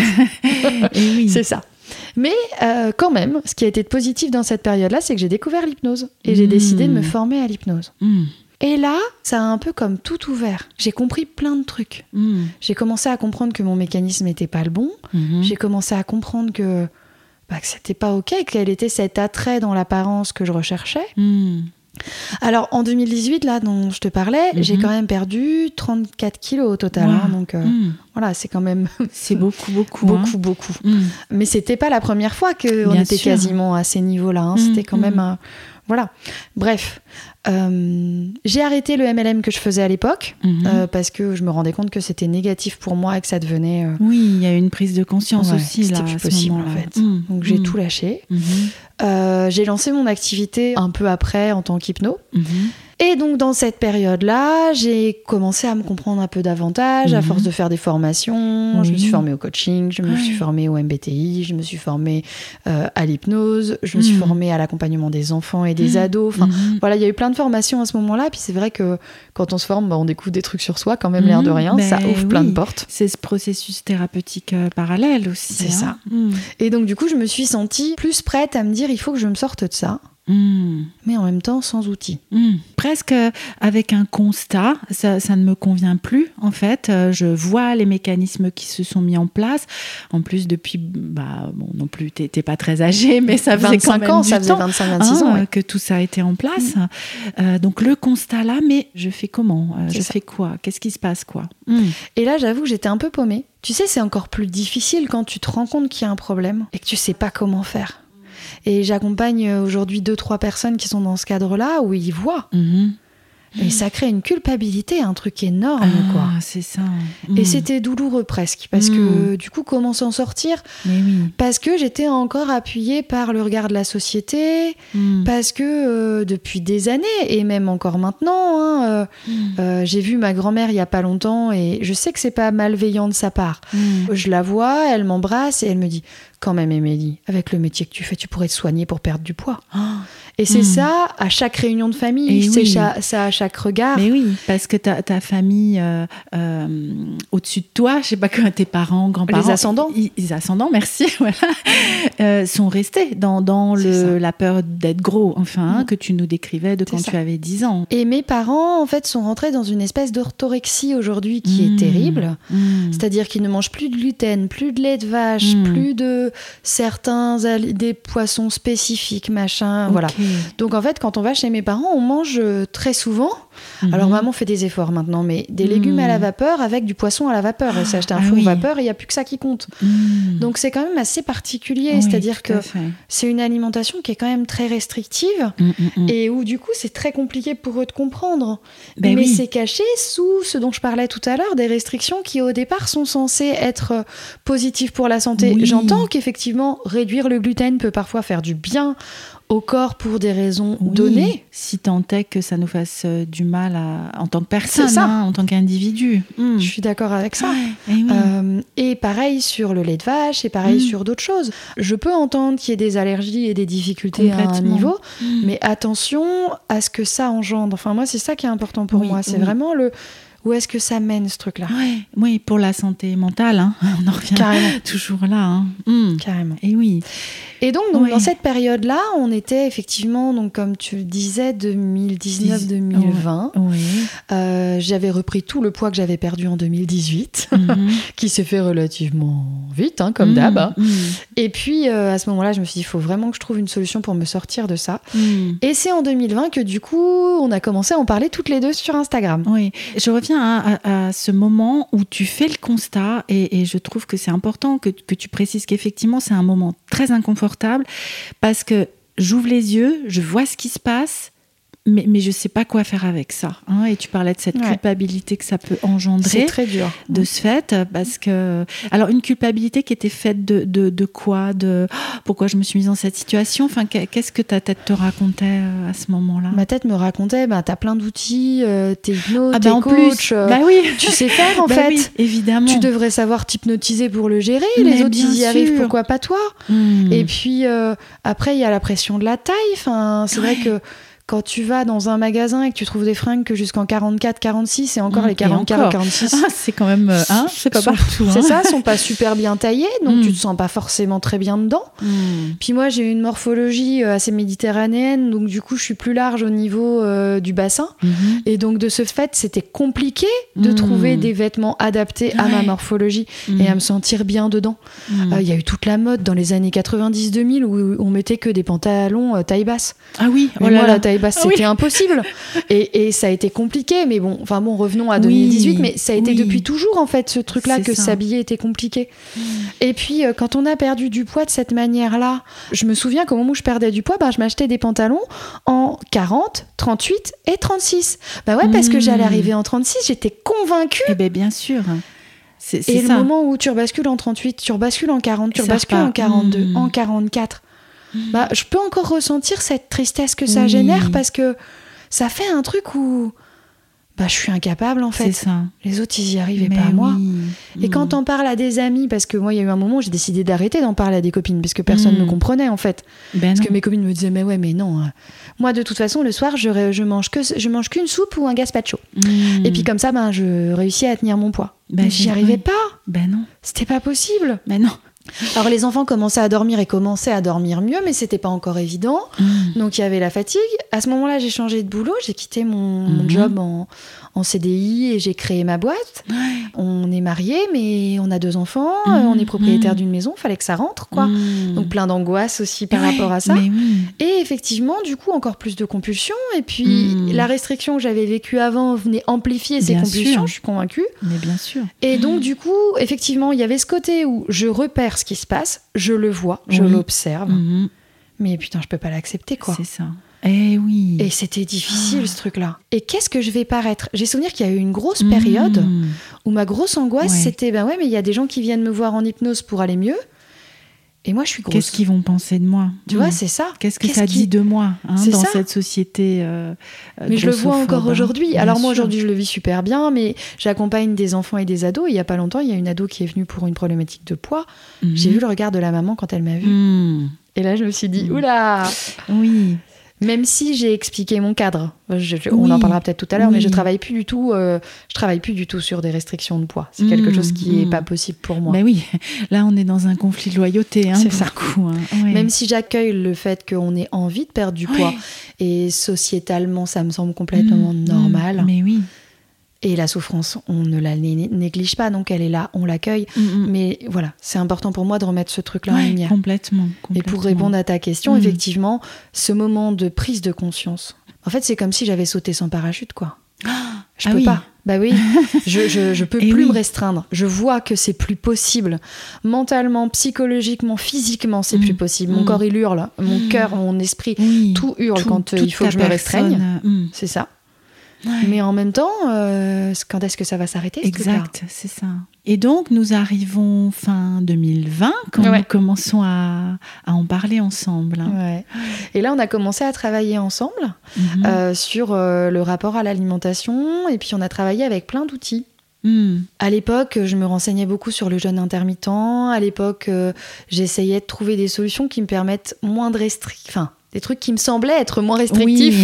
Speaker 2: C'est ça. Mais quand même, ce qui a été positif dans cette période-là, c'est que j'ai découvert l'hypnose. Et j'ai décidé de me former à l'hypnose. Et là, ça a un peu comme tout ouvert. J'ai compris plein de trucs. J'ai commencé à comprendre que mon mécanisme n'était pas le bon. J'ai commencé à comprendre que c'était pas OK, quel était cet attrait dans l'apparence que je recherchais. Alors, en 2018, là, dont je te parlais, j'ai quand même perdu 34 kilos au total. Donc, voilà, c'est quand même...
Speaker 1: c'est beaucoup.
Speaker 2: Beaucoup. Mais c'était pas la première fois qu'on était quasiment à ces niveaux-là. C'était quand même... Voilà. Bref, j'ai arrêté le MLM que je faisais à l'époque parce que je me rendais compte que c'était négatif pour moi et que ça devenait...
Speaker 1: Oui, il y a eu une prise de conscience aussi là.
Speaker 2: C'était plus possible en fait. Donc j'ai tout lâché. J'ai lancé mon activité un peu après en tant qu'hypno. Et donc dans cette période-là, j'ai commencé à me comprendre un peu davantage à force de faire des formations. Je me suis formée au coaching, je me suis formée au MBTI, je me suis formée à l'hypnose, je me suis formée à l'accompagnement des enfants et des ados. Enfin, voilà, il y a eu plein de formations à ce moment-là. Puis c'est vrai que quand on se forme, on découvre des trucs sur soi, quand même, l'air de rien. Ça ouvre plein de portes.
Speaker 1: C'est ce processus thérapeutique parallèle aussi.
Speaker 2: C'est ça. Et donc du coup, je me suis sentie plus prête à me dire, il faut que je me sorte de ça. Mais en même temps sans outils.
Speaker 1: Presque avec un constat, ça ne me convient plus en fait. Je vois les mécanismes qui se sont mis en place. En plus depuis, bon non plus, t'es pas très âgée, mais ça faisait
Speaker 2: 25
Speaker 1: quand même
Speaker 2: ans,
Speaker 1: du
Speaker 2: ça faisait 25-26 ans
Speaker 1: que tout ça a été en place. Donc le constat là, mais je fais comment Je fais quoi Qu'est-ce qui se passe quoi
Speaker 2: Et là j'avoue que j'étais un peu paumée. Tu sais, c'est encore plus difficile quand tu te rends compte qu'il y a un problème et que tu sais pas comment faire. Et j'accompagne aujourd'hui 2-3 personnes qui sont dans ce cadre-là où ils voient. Et ça crée une culpabilité, un truc énorme, quoi.
Speaker 1: C'est ça.
Speaker 2: Et c'était douloureux presque, parce que du coup, comment s'en sortir ? Parce que j'étais encore appuyée par le regard de la société, parce que depuis des années, et même encore maintenant, j'ai vu ma grand-mère il y a pas longtemps, et je sais que c'est pas malveillant de sa part. Je la vois, elle m'embrasse, et elle me dit « Quand même, Émilie, avec le métier que tu fais, tu pourrais te soigner pour perdre du poids. » Et c'est ça, à chaque réunion de famille, c'est ça à chaque regard.
Speaker 1: Mais oui, parce que ta famille au-dessus de toi, je sais pas quoi, tes parents, grands-parents...
Speaker 2: Les ascendants.
Speaker 1: Les ascendants, merci, voilà, sont restés dans la peur d'être gros, enfin, que tu nous décrivais de quand tu avais 10 ans.
Speaker 2: Et mes parents, en fait, sont rentrés dans une espèce d'orthorexie aujourd'hui qui est terrible. C'est-à-dire qu'ils ne mangent plus de gluten, plus de lait de vache, plus de des poissons spécifiques, machin, voilà. Donc en fait, quand on va chez mes parents, on mange très souvent. Alors maman fait des efforts maintenant, mais des légumes à la vapeur avec du poisson à la vapeur. Elle s'est acheté un four vapeur et il n'y a plus que ça qui compte. Donc c'est quand même assez particulier. C'est-à-dire que c'est une alimentation qui est quand même très restrictive et où du coup c'est très compliqué pour eux de comprendre. Mais c'est caché sous ce dont je parlais tout à l'heure, des restrictions qui au départ sont censées être positives pour la santé. J'entends qu'effectivement réduire le gluten peut parfois faire du bien au corps pour des raisons données.
Speaker 1: Si tant est que ça nous fasse du mal en tant que personne, en tant qu'individu.
Speaker 2: Je suis d'accord avec ça. Et pareil sur le lait de vache, et pareil sur d'autres choses. Je peux entendre qu'il y ait des allergies et des difficultés à un niveau, mais attention à ce que ça engendre. Enfin, moi, c'est ça qui est important pour moi. C'est vraiment où est-ce que ça mène, ce truc-là ?
Speaker 1: Oui, pour la santé mentale, on en revient toujours là.
Speaker 2: Carrément.
Speaker 1: Et oui.
Speaker 2: Et donc dans cette période-là, on était effectivement, donc, comme tu le disais, 2019-2020. J'avais repris tout le poids que j'avais perdu en 2018, qui s'est fait relativement vite, comme d'hab. Et puis, à ce moment-là, je me suis dit, il faut vraiment que je trouve une solution pour me sortir de ça. Et c'est en 2020 que, du coup, on a commencé à en parler toutes les deux sur Instagram.
Speaker 1: Oui, je reviens à ce moment où tu fais le constat, et je trouve que c'est important que tu précises qu'effectivement, c'est un moment très inconfortable, parce que j'ouvre les yeux, je vois ce qui se passe, mais je ne sais pas quoi faire avec ça. Et tu parlais de cette culpabilité que ça peut engendrer.
Speaker 2: C'est très dur.
Speaker 1: De ce fait, parce que... Alors, une culpabilité qui était faite de quoi ? Pourquoi je me suis mise dans cette situation ? Enfin, qu'est-ce que ta tête te racontait à ce moment-là ?
Speaker 2: Ma tête me racontait, t'as plein d'outils, t'es hypno, t'es coach, tu sais faire en fait.
Speaker 1: Oui, évidemment.
Speaker 2: Tu devrais savoir t'hypnotiser pour le gérer. Les autres, ils y arrivent, pourquoi pas toi ? Et puis, après, il y a la pression de la taille. Enfin, c'est vrai que quand tu vas dans un magasin et que tu trouves des fringues que jusqu'en 44, 46, et encore les 44 ou 46...
Speaker 1: c'est quand même... c'est pas partout.
Speaker 2: C'est ça, sont pas super bien taillés, donc tu te sens pas forcément très bien dedans. Puis moi, j'ai une morphologie assez méditerranéenne, donc du coup, je suis plus large au niveau du bassin. Et donc, de ce fait, c'était compliqué de trouver des vêtements adaptés à ma morphologie et à me sentir bien dedans. Il y a eu toute la mode dans les années 90-2000 où on mettait que des pantalons taille basse.
Speaker 1: Ah oui,
Speaker 2: moi, la taille basse, c'était impossible. Et ça a été compliqué, mais bon, revenons à 2018, mais ça a été depuis toujours, en fait, ce truc-là, que s'habiller était compliqué. Et puis, quand on a perdu du poids de cette manière-là, je me souviens qu'au moment où je perdais du poids, je m'achetais des pantalons en 40, 38 et 36. Parce que j'allais arriver en 36, j'étais convaincue.
Speaker 1: Eh bien, bien sûr. C'est
Speaker 2: et
Speaker 1: ça.
Speaker 2: Le moment où tu rebascules en 38, tu rebascules en 40, tu rebascules en 42, en 44... je peux encore ressentir cette tristesse que ça génère, parce que ça fait un truc où je suis incapable en fait.
Speaker 1: C'est ça.
Speaker 2: Les autres, ils y arrivaient pas, moi.
Speaker 1: Oui.
Speaker 2: Et quand t'en parles à des amis, parce que moi, il y a eu un moment où j'ai décidé d'arrêter d'en parler à des copines, parce que personne ne me comprenait en fait. Parce que mes copines me disaient, mais non. Moi, de toute façon, le soir, je mange qu'une soupe ou un gazpacho. Et puis comme ça, je réussis à tenir mon poids. Mais j'y arrivais pas.
Speaker 1: Non.
Speaker 2: C'était pas possible.
Speaker 1: Non.
Speaker 2: Alors les enfants commençaient à dormir et commençaient à dormir mieux, mais c'était pas encore évident. Donc il y avait la fatigue. À ce moment-là, j'ai changé de boulot, j'ai quitté mon job en CDI et j'ai créé ma boîte.
Speaker 1: Ouais.
Speaker 2: On est mariés, mais on a 2 enfants, on est propriétaire d'une maison, fallait que ça rentre, quoi. Donc plein d'angoisse aussi par rapport à ça. Et effectivement, du coup, encore plus de compulsions. Et puis la restriction que j'avais vécue avant venait amplifier ces compulsions, je suis convaincue.
Speaker 1: Mais bien sûr.
Speaker 2: Et donc du coup, effectivement, il y avait ce côté où je repère ce qui se passe, je le vois, je l'observe. Mais putain, je peux pas l'accepter, quoi.
Speaker 1: C'est ça. Eh oui.
Speaker 2: Et c'était difficile, ce truc-là. Et qu'est-ce que je vais paraître ? J'ai souvenir qu'il y a eu une grosse période où ma grosse angoisse, c'était mais il y a des gens qui viennent me voir en hypnose pour aller mieux. Et moi, je suis grosse.
Speaker 1: Qu'est-ce qu'ils vont penser de moi ?
Speaker 2: Tu vois, c'est ça.
Speaker 1: Qu'est-ce que ça dit de moi dans cette société
Speaker 2: mais je le vois encore aujourd'hui. Alors moi, aujourd'hui, je le vis super bien, mais j'accompagne des enfants et des ados. Il n'y a pas longtemps, il y a une ado qui est venue pour une problématique de poids. J'ai vu le regard de la maman quand elle m'a vue. Et là, je me suis dit, oula.
Speaker 1: Oui.
Speaker 2: Même si j'ai expliqué mon cadre, on en parlera peut-être tout à l'heure, mais je travaille plus du tout sur des restrictions de poids. C'est quelque chose qui est pas possible pour moi.
Speaker 1: Mais oui, là on est dans un conflit de loyauté,
Speaker 2: c'est ça.
Speaker 1: Ouais.
Speaker 2: Même si j'accueille le fait qu'on ait envie de perdre du poids, et sociétalement ça me semble complètement normal.
Speaker 1: Mais oui.
Speaker 2: Et la souffrance, on ne la néglige pas, donc elle est là, on l'accueille. Mais voilà, c'est important pour moi de remettre ce truc-là en lumière.
Speaker 1: Complètement.
Speaker 2: Et pour répondre à ta question, effectivement, ce moment de prise de conscience, en fait, c'est comme si j'avais sauté sans parachute, quoi. Je peux pas. Bah oui, je peux plus me restreindre. Je vois que c'est plus possible. Mentalement, psychologiquement, physiquement, c'est plus possible. Mon corps, il hurle. Mon cœur, mon esprit, tout hurle quand il faut que je me restreigne. C'est ça. Ouais. Mais en même temps, quand est-ce que ça va s'arrêter ?
Speaker 1: Exact, c'est ça. Et donc, nous arrivons fin 2020, quand nous commençons à en parler ensemble.
Speaker 2: Ouais. Et là, on a commencé à travailler ensemble sur le rapport à l'alimentation. Et puis, on a travaillé avec plein d'outils. À l'époque, je me renseignais beaucoup sur le jeûne intermittent. À l'époque, j'essayais de trouver des solutions qui me permettent moins de restrictions. Des trucs qui me semblaient être moins restrictifs.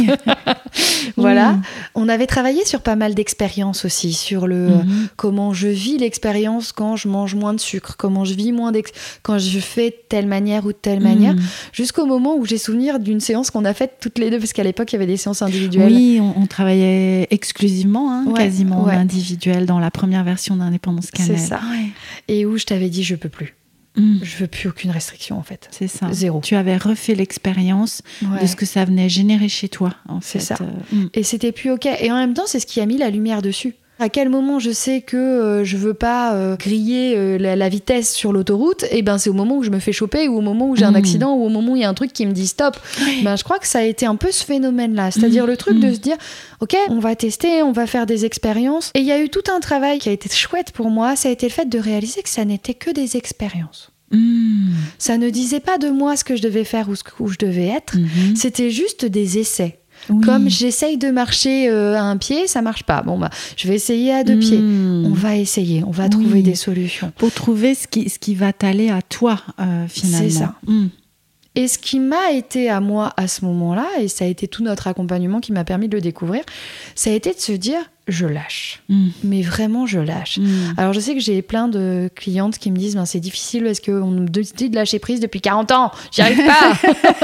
Speaker 2: Voilà. On avait travaillé sur pas mal d'expériences aussi, sur le comment je vis l'expérience quand je mange moins de sucre, comment je vis quand je fais de telle manière ou de telle manière, jusqu'au moment où j'ai souvenir d'une séance qu'on a faite toutes les deux, parce qu'à l'époque, il y avait des séances individuelles.
Speaker 1: Oui, on travaillait exclusivement, quasiment en individuel, dans la première version d'Indépendance Cannelle.
Speaker 2: C'est ça. Ouais. Et où je t'avais dit, je peux plus. Je veux plus aucune restriction en fait.
Speaker 1: C'est ça.
Speaker 2: 0.
Speaker 1: Tu avais refait l'expérience de ce que ça venait générer chez toi.
Speaker 2: C'est ça. Et c'était plus ok. Et en même temps, c'est ce qui a mis la lumière dessus. À quel moment je sais que je veux pas griller la vitesse sur l'autoroute, et ben c'est au moment où je me fais choper, ou au moment où j'ai un accident, ou au moment où il y a un truc qui me dit stop. Ben je crois que ça a été un peu ce phénomène-là, c'est-à-dire le truc de se dire ok, on va tester, on va faire des expériences. Et il y a eu tout un travail qui a été chouette pour moi, ça a été le fait de réaliser que ça n'était que des expériences. Ça ne disait pas de moi ce que je devais faire ou où je devais être, c'était juste des essais. Comme j'essaye de marcher à un pied, ça marche pas. Bon, je vais essayer à 2 pieds. On va essayer, on va trouver des solutions.
Speaker 1: Pour trouver ce qui va t'aller à toi, finalement.
Speaker 2: C'est ça. Et ce qui m'a été à moi à ce moment-là, et ça a été tout notre accompagnement qui m'a permis de le découvrir, ça a été de se dire, je lâche. Mais vraiment, je lâche. Alors, je sais que j'ai plein de clientes qui me disent, c'est difficile parce qu'on me dit de lâcher prise depuis 40 ans. J'y arrive pas.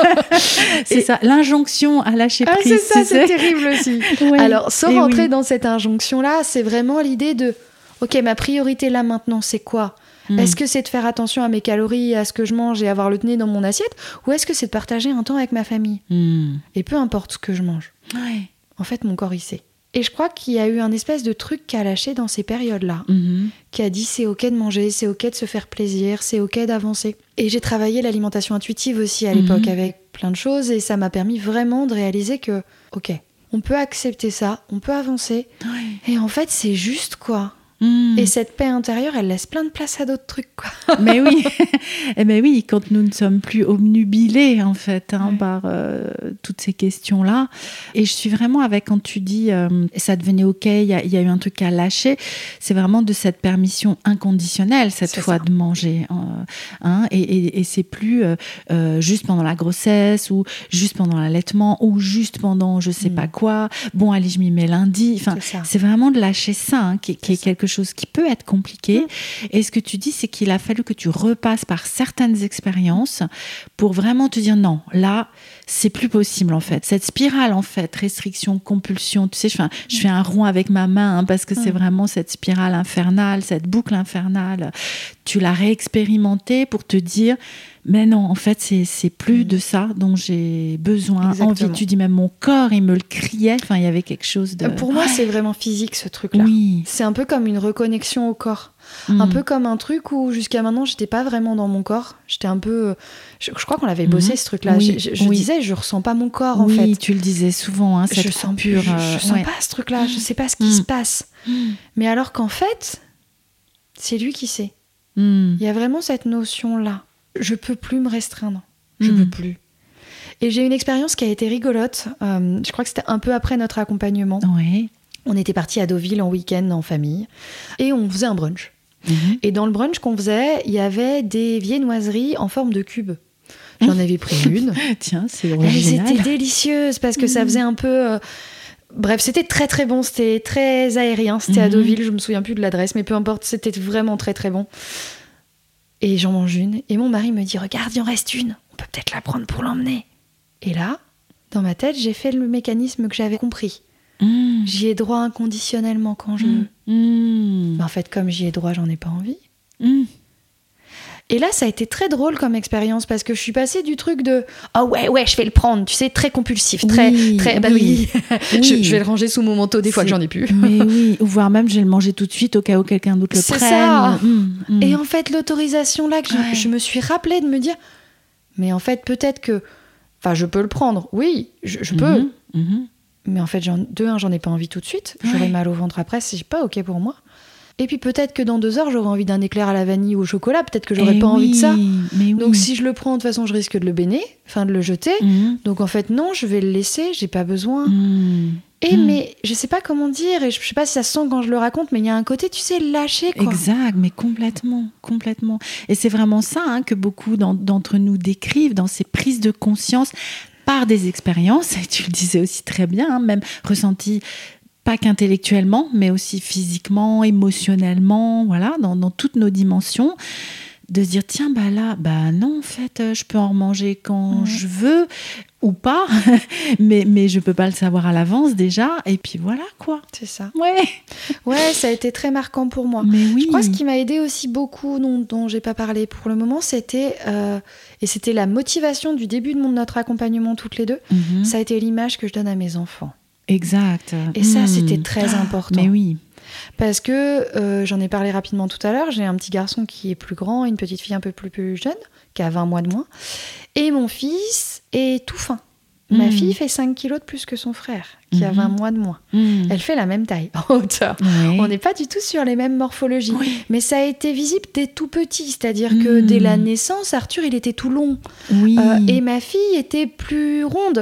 Speaker 1: C'est ça, l'injonction à lâcher prise.
Speaker 2: C'est ça, c'est terrible aussi. Alors, sans rentrer dans cette injonction-là, c'est vraiment l'idée de, ok, ma priorité là maintenant, c'est quoi ? Est-ce que c'est de faire attention à mes calories, à ce que je mange et avoir le nez dans mon assiette, ou est-ce que c'est de partager un temps avec ma famille ? Et peu importe ce que je mange. En fait, mon corps, il sait. Et je crois qu'il y a eu un espèce de truc qui a lâché dans ces périodes-là, qui a dit c'est ok de manger, c'est ok de se faire plaisir, c'est ok d'avancer. Et j'ai travaillé l'alimentation intuitive aussi à l'époque avec plein de choses, et ça m'a permis vraiment de réaliser que, ok, on peut accepter ça, on peut avancer, et en fait c'est juste quoi. Et cette paix intérieure, elle laisse plein de place à d'autres trucs, quoi.
Speaker 1: Mais oui, mais oui, quand nous ne sommes plus obnubilés en fait par toutes ces questions-là. Et je suis vraiment avec quand tu dis ça devenait ok, il y a eu un truc à lâcher. C'est vraiment de cette permission inconditionnelle cette fois de manger, et c'est plus juste pendant la grossesse ou juste pendant l'allaitement ou juste pendant je sais pas quoi. Bon allez, je m'y mets lundi. Enfin, c'est vraiment de lâcher ça qui est quelque chose qui peut être compliqué. Et ce que tu dis, c'est qu'il a fallu que tu repasses par certaines expériences pour vraiment te dire non, là, c'est plus possible en fait. Cette spirale en fait, restriction, compulsion, tu sais, je fais un rond avec ma main parce que c'est vraiment cette spirale infernale, cette boucle infernale. Tu l'as réexpérimentée pour te dire mais non, en fait, c'est plus de ça dont j'ai besoin, envie. Tu dis même mon corps, il me le criait. Enfin, il y avait quelque chose de...
Speaker 2: Pour moi, c'est vraiment physique, ce truc-là.
Speaker 1: Oui.
Speaker 2: C'est un peu comme une reconnexion au corps. Un peu comme un truc où, jusqu'à maintenant, j'étais pas vraiment dans mon corps. J'étais un peu... Je crois qu'on l'avait bossé, ce truc-là.
Speaker 1: Oui.
Speaker 2: Je disais, je ressens pas mon corps, en fait.
Speaker 1: Oui, tu le disais souvent, cette
Speaker 2: je sens
Speaker 1: pure...
Speaker 2: Je sens pas ce truc-là. Je sais pas ce qui se passe. Mais alors qu'en fait, c'est lui qui sait. Il y a vraiment cette notion-là. Je peux plus me restreindre. Je peux plus. Et j'ai une expérience qui a été rigolote. Je crois que c'était un peu après notre accompagnement.
Speaker 1: Oui.
Speaker 2: On était partis à Deauville en week-end en famille et on faisait un brunch. Et dans le brunch qu'on faisait, il y avait des viennoiseries en forme de cube. J'en avais pris une.
Speaker 1: Tiens, c'est original.
Speaker 2: Elles étaient délicieuses parce que ça faisait un peu... Bref, c'était très très bon, c'était très aérien. C'était à Deauville, je me souviens plus de l'adresse, mais peu importe, c'était vraiment très très bon. Et j'en mange une, et mon mari me dit « Regarde, il en reste une, on peut peut-être la prendre pour l'emmener. » Et là, dans ma tête, j'ai fait le mécanisme que j'avais compris. J'y ai droit inconditionnellement quand je veux. Mais en fait, comme j'y ai droit, j'en ai pas envie. Et là, ça a été très drôle comme expérience parce que je suis passée du truc de « Ah ouais, je vais le prendre », tu sais, très compulsif, très... oui. Je vais le ranger sous mon manteau des fois que j'en ai plus.
Speaker 1: Mais oui, ou voire même je vais le manger tout de suite au cas où quelqu'un d'autre le prenne.
Speaker 2: C'est ça. Et en fait, l'autorisation là, que je me suis rappelée de me dire « Mais en fait, peut-être que... Enfin, je peux le prendre, oui, je peux. Mais en fait, j'en ai pas envie tout de suite. J'aurai mal au ventre après, c'est pas OK pour moi. Et puis peut-être que dans 2 heures, j'aurai envie d'un éclair à la vanille ou au chocolat. Peut-être que j'aurais pas envie de ça. Donc si je le prends, de toute façon, je risque de le béner, de le jeter. Donc en fait, non, je vais le laisser, j'ai pas besoin. Mais je sais pas comment dire, et je sais pas si ça se sent quand je le raconte, mais il y a un côté, tu sais, lâché, quoi.
Speaker 1: Exact, mais complètement. Et c'est vraiment ça que beaucoup d'entre nous décrivent dans ces prises de conscience par des expériences, et tu le disais aussi très bien, même ressenties pas qu'intellectuellement, mais aussi physiquement, émotionnellement, voilà, dans toutes nos dimensions, de se dire tiens, là, non, en fait, je peux en manger quand je veux ou pas, mais je peux pas le savoir à l'avance déjà, et puis voilà, quoi.
Speaker 2: C'est ça.
Speaker 1: Ouais,
Speaker 2: ça a été très marquant pour moi.
Speaker 1: Mais oui.
Speaker 2: Je crois que ce qui m'a aidée aussi beaucoup, dont j'ai pas parlé pour le moment, c'était la motivation du début de notre accompagnement toutes les deux, ça a été l'image que je donne à mes enfants.
Speaker 1: Exact.
Speaker 2: Et ça, c'était très important.
Speaker 1: Mais oui.
Speaker 2: Parce que, j'en ai parlé rapidement tout à l'heure, j'ai un petit garçon qui est plus grand, une petite fille un peu plus jeune, qui a 20 mois de moins. Et mon fils est tout fin. Ma fille fait 5 kilos de plus que son frère, qui a 20 mois de moins. Elle fait la même taille, en hauteur. On n'est pas du tout sur les mêmes morphologies. Mais ça a été visible dès tout petit. C'est-à-dire que dès la naissance, Arthur, il était tout long. Et ma fille était plus ronde,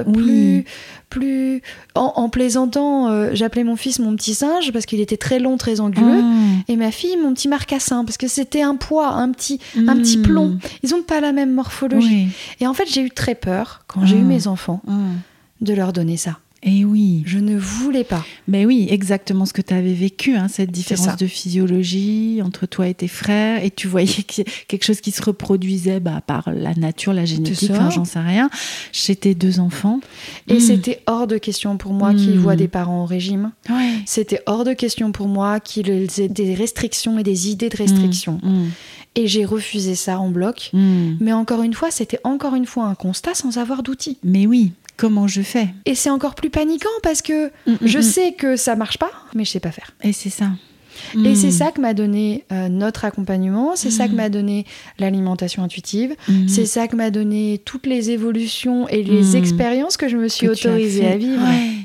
Speaker 2: plus... En plaisantant, j'appelais mon fils mon petit singe parce qu'il était très long, très anguleux, et ma fille mon petit marcassin parce que c'était un poids, un petit plomb. Ils n'ont pas la même morphologie. Et en fait, j'ai eu très peur quand j'ai eu mes enfants de leur donner ça.
Speaker 1: Et oui.
Speaker 2: Je ne voulais pas.
Speaker 1: Mais oui, exactement ce que tu avais vécu, cette différence de physiologie entre toi et tes frères, et tu voyais quelque chose qui se reproduisait par la nature, la génétique, j'en sais rien, chez tes 2 enfants.
Speaker 2: Et c'était hors de question pour moi qu'ils voient des parents au régime. C'était hors de question pour moi qu'ils aient des restrictions et des idées de restrictions. Et j'ai refusé ça en bloc. Mais encore une fois, c'était un constat sans avoir d'outils.
Speaker 1: Mais oui. Comment je fais ?
Speaker 2: Et c'est encore plus paniquant parce que je sais que ça marche pas, mais je sais pas faire.
Speaker 1: Et c'est ça.
Speaker 2: Et c'est ça que m'a donné notre accompagnement, c'est ça que m'a donné l'alimentation intuitive, c'est ça que m'a donné toutes les évolutions et les expériences que je me suis autorisée à vivre.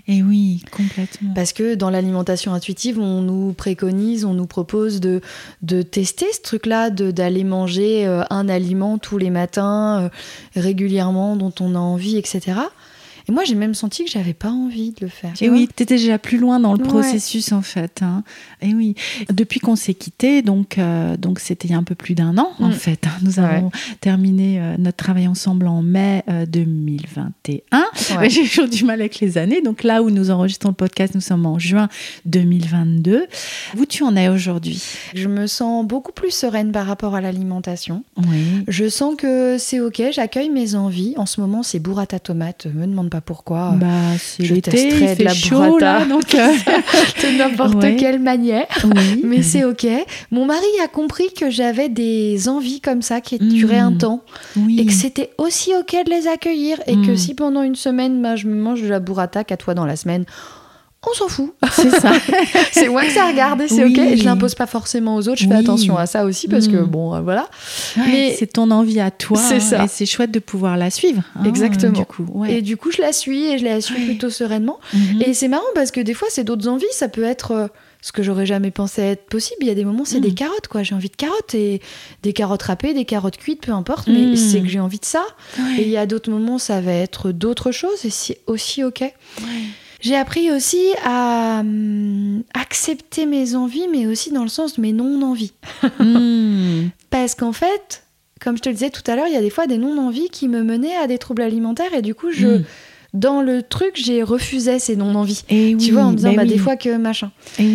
Speaker 1: Et oui, complètement.
Speaker 2: Parce que dans l'alimentation intuitive, on nous préconise, on nous propose de tester ce truc-là, d'aller manger un aliment tous les matins, régulièrement, dont on a envie, etc. Et moi, j'ai même senti que j'avais pas envie de le faire.
Speaker 1: Et oui, t'étais déjà plus loin dans le processus, en fait. Hein. Et oui. Depuis qu'on s'est quittés, donc c'était il y a un peu plus d'1 an, en fait. Nous avons terminé notre travail ensemble en mai 2021. Ouais. J'ai toujours du mal avec les années. Donc là où nous enregistrons le podcast, nous sommes en juin 2022. Où tu en es aujourd'hui?
Speaker 2: Je me sens beaucoup plus sereine par rapport à l'alimentation.
Speaker 1: Oui.
Speaker 2: Je sens que c'est OK, j'accueille mes envies. En ce moment, c'est burrata tomate. Me demande pas pourquoi.
Speaker 1: C'est l'été, il fait chaud là, donc
Speaker 2: de n'importe quelle manière. Oui. Mais c'est OK. Mon mari a compris que j'avais des envies comme ça qui duraient un temps et que c'était aussi OK de les accueillir et que si pendant une semaine, je me mange de la burrata 4 fois dans la semaine, on s'en fout.
Speaker 1: C'est ça.
Speaker 2: C'est moi que ça regarde et c'est OK. Et je l'impose pas forcément aux autres. Je fais attention à ça aussi parce que voilà.
Speaker 1: Ouais, mais c'est ton envie à toi.
Speaker 2: C'est ça.
Speaker 1: Et c'est chouette de pouvoir la suivre.
Speaker 2: Exactement.
Speaker 1: Du coup,
Speaker 2: Et du coup, je la suis et je la suis plutôt sereinement. Et c'est marrant parce que des fois, c'est d'autres envies. Ça peut être ce que j'aurais jamais pensé être possible. Il y a des moments, c'est des carottes, quoi. J'ai envie de carottes et des carottes râpées, des carottes cuites, peu importe. Mais c'est que j'ai envie de ça. Ouais. Et il y a d'autres moments, ça va être d'autres choses et c'est aussi OK. Ouais. J'ai appris aussi à accepter mes envies, mais aussi dans le sens de mes non-envies. Parce qu'en fait, comme je te le disais tout à l'heure, il y a des fois des non-envies qui me menaient à des troubles alimentaires. Et du coup, dans le truc, j'ai refusé ces non-envies. Tu vois, en me disant, des fois que machin.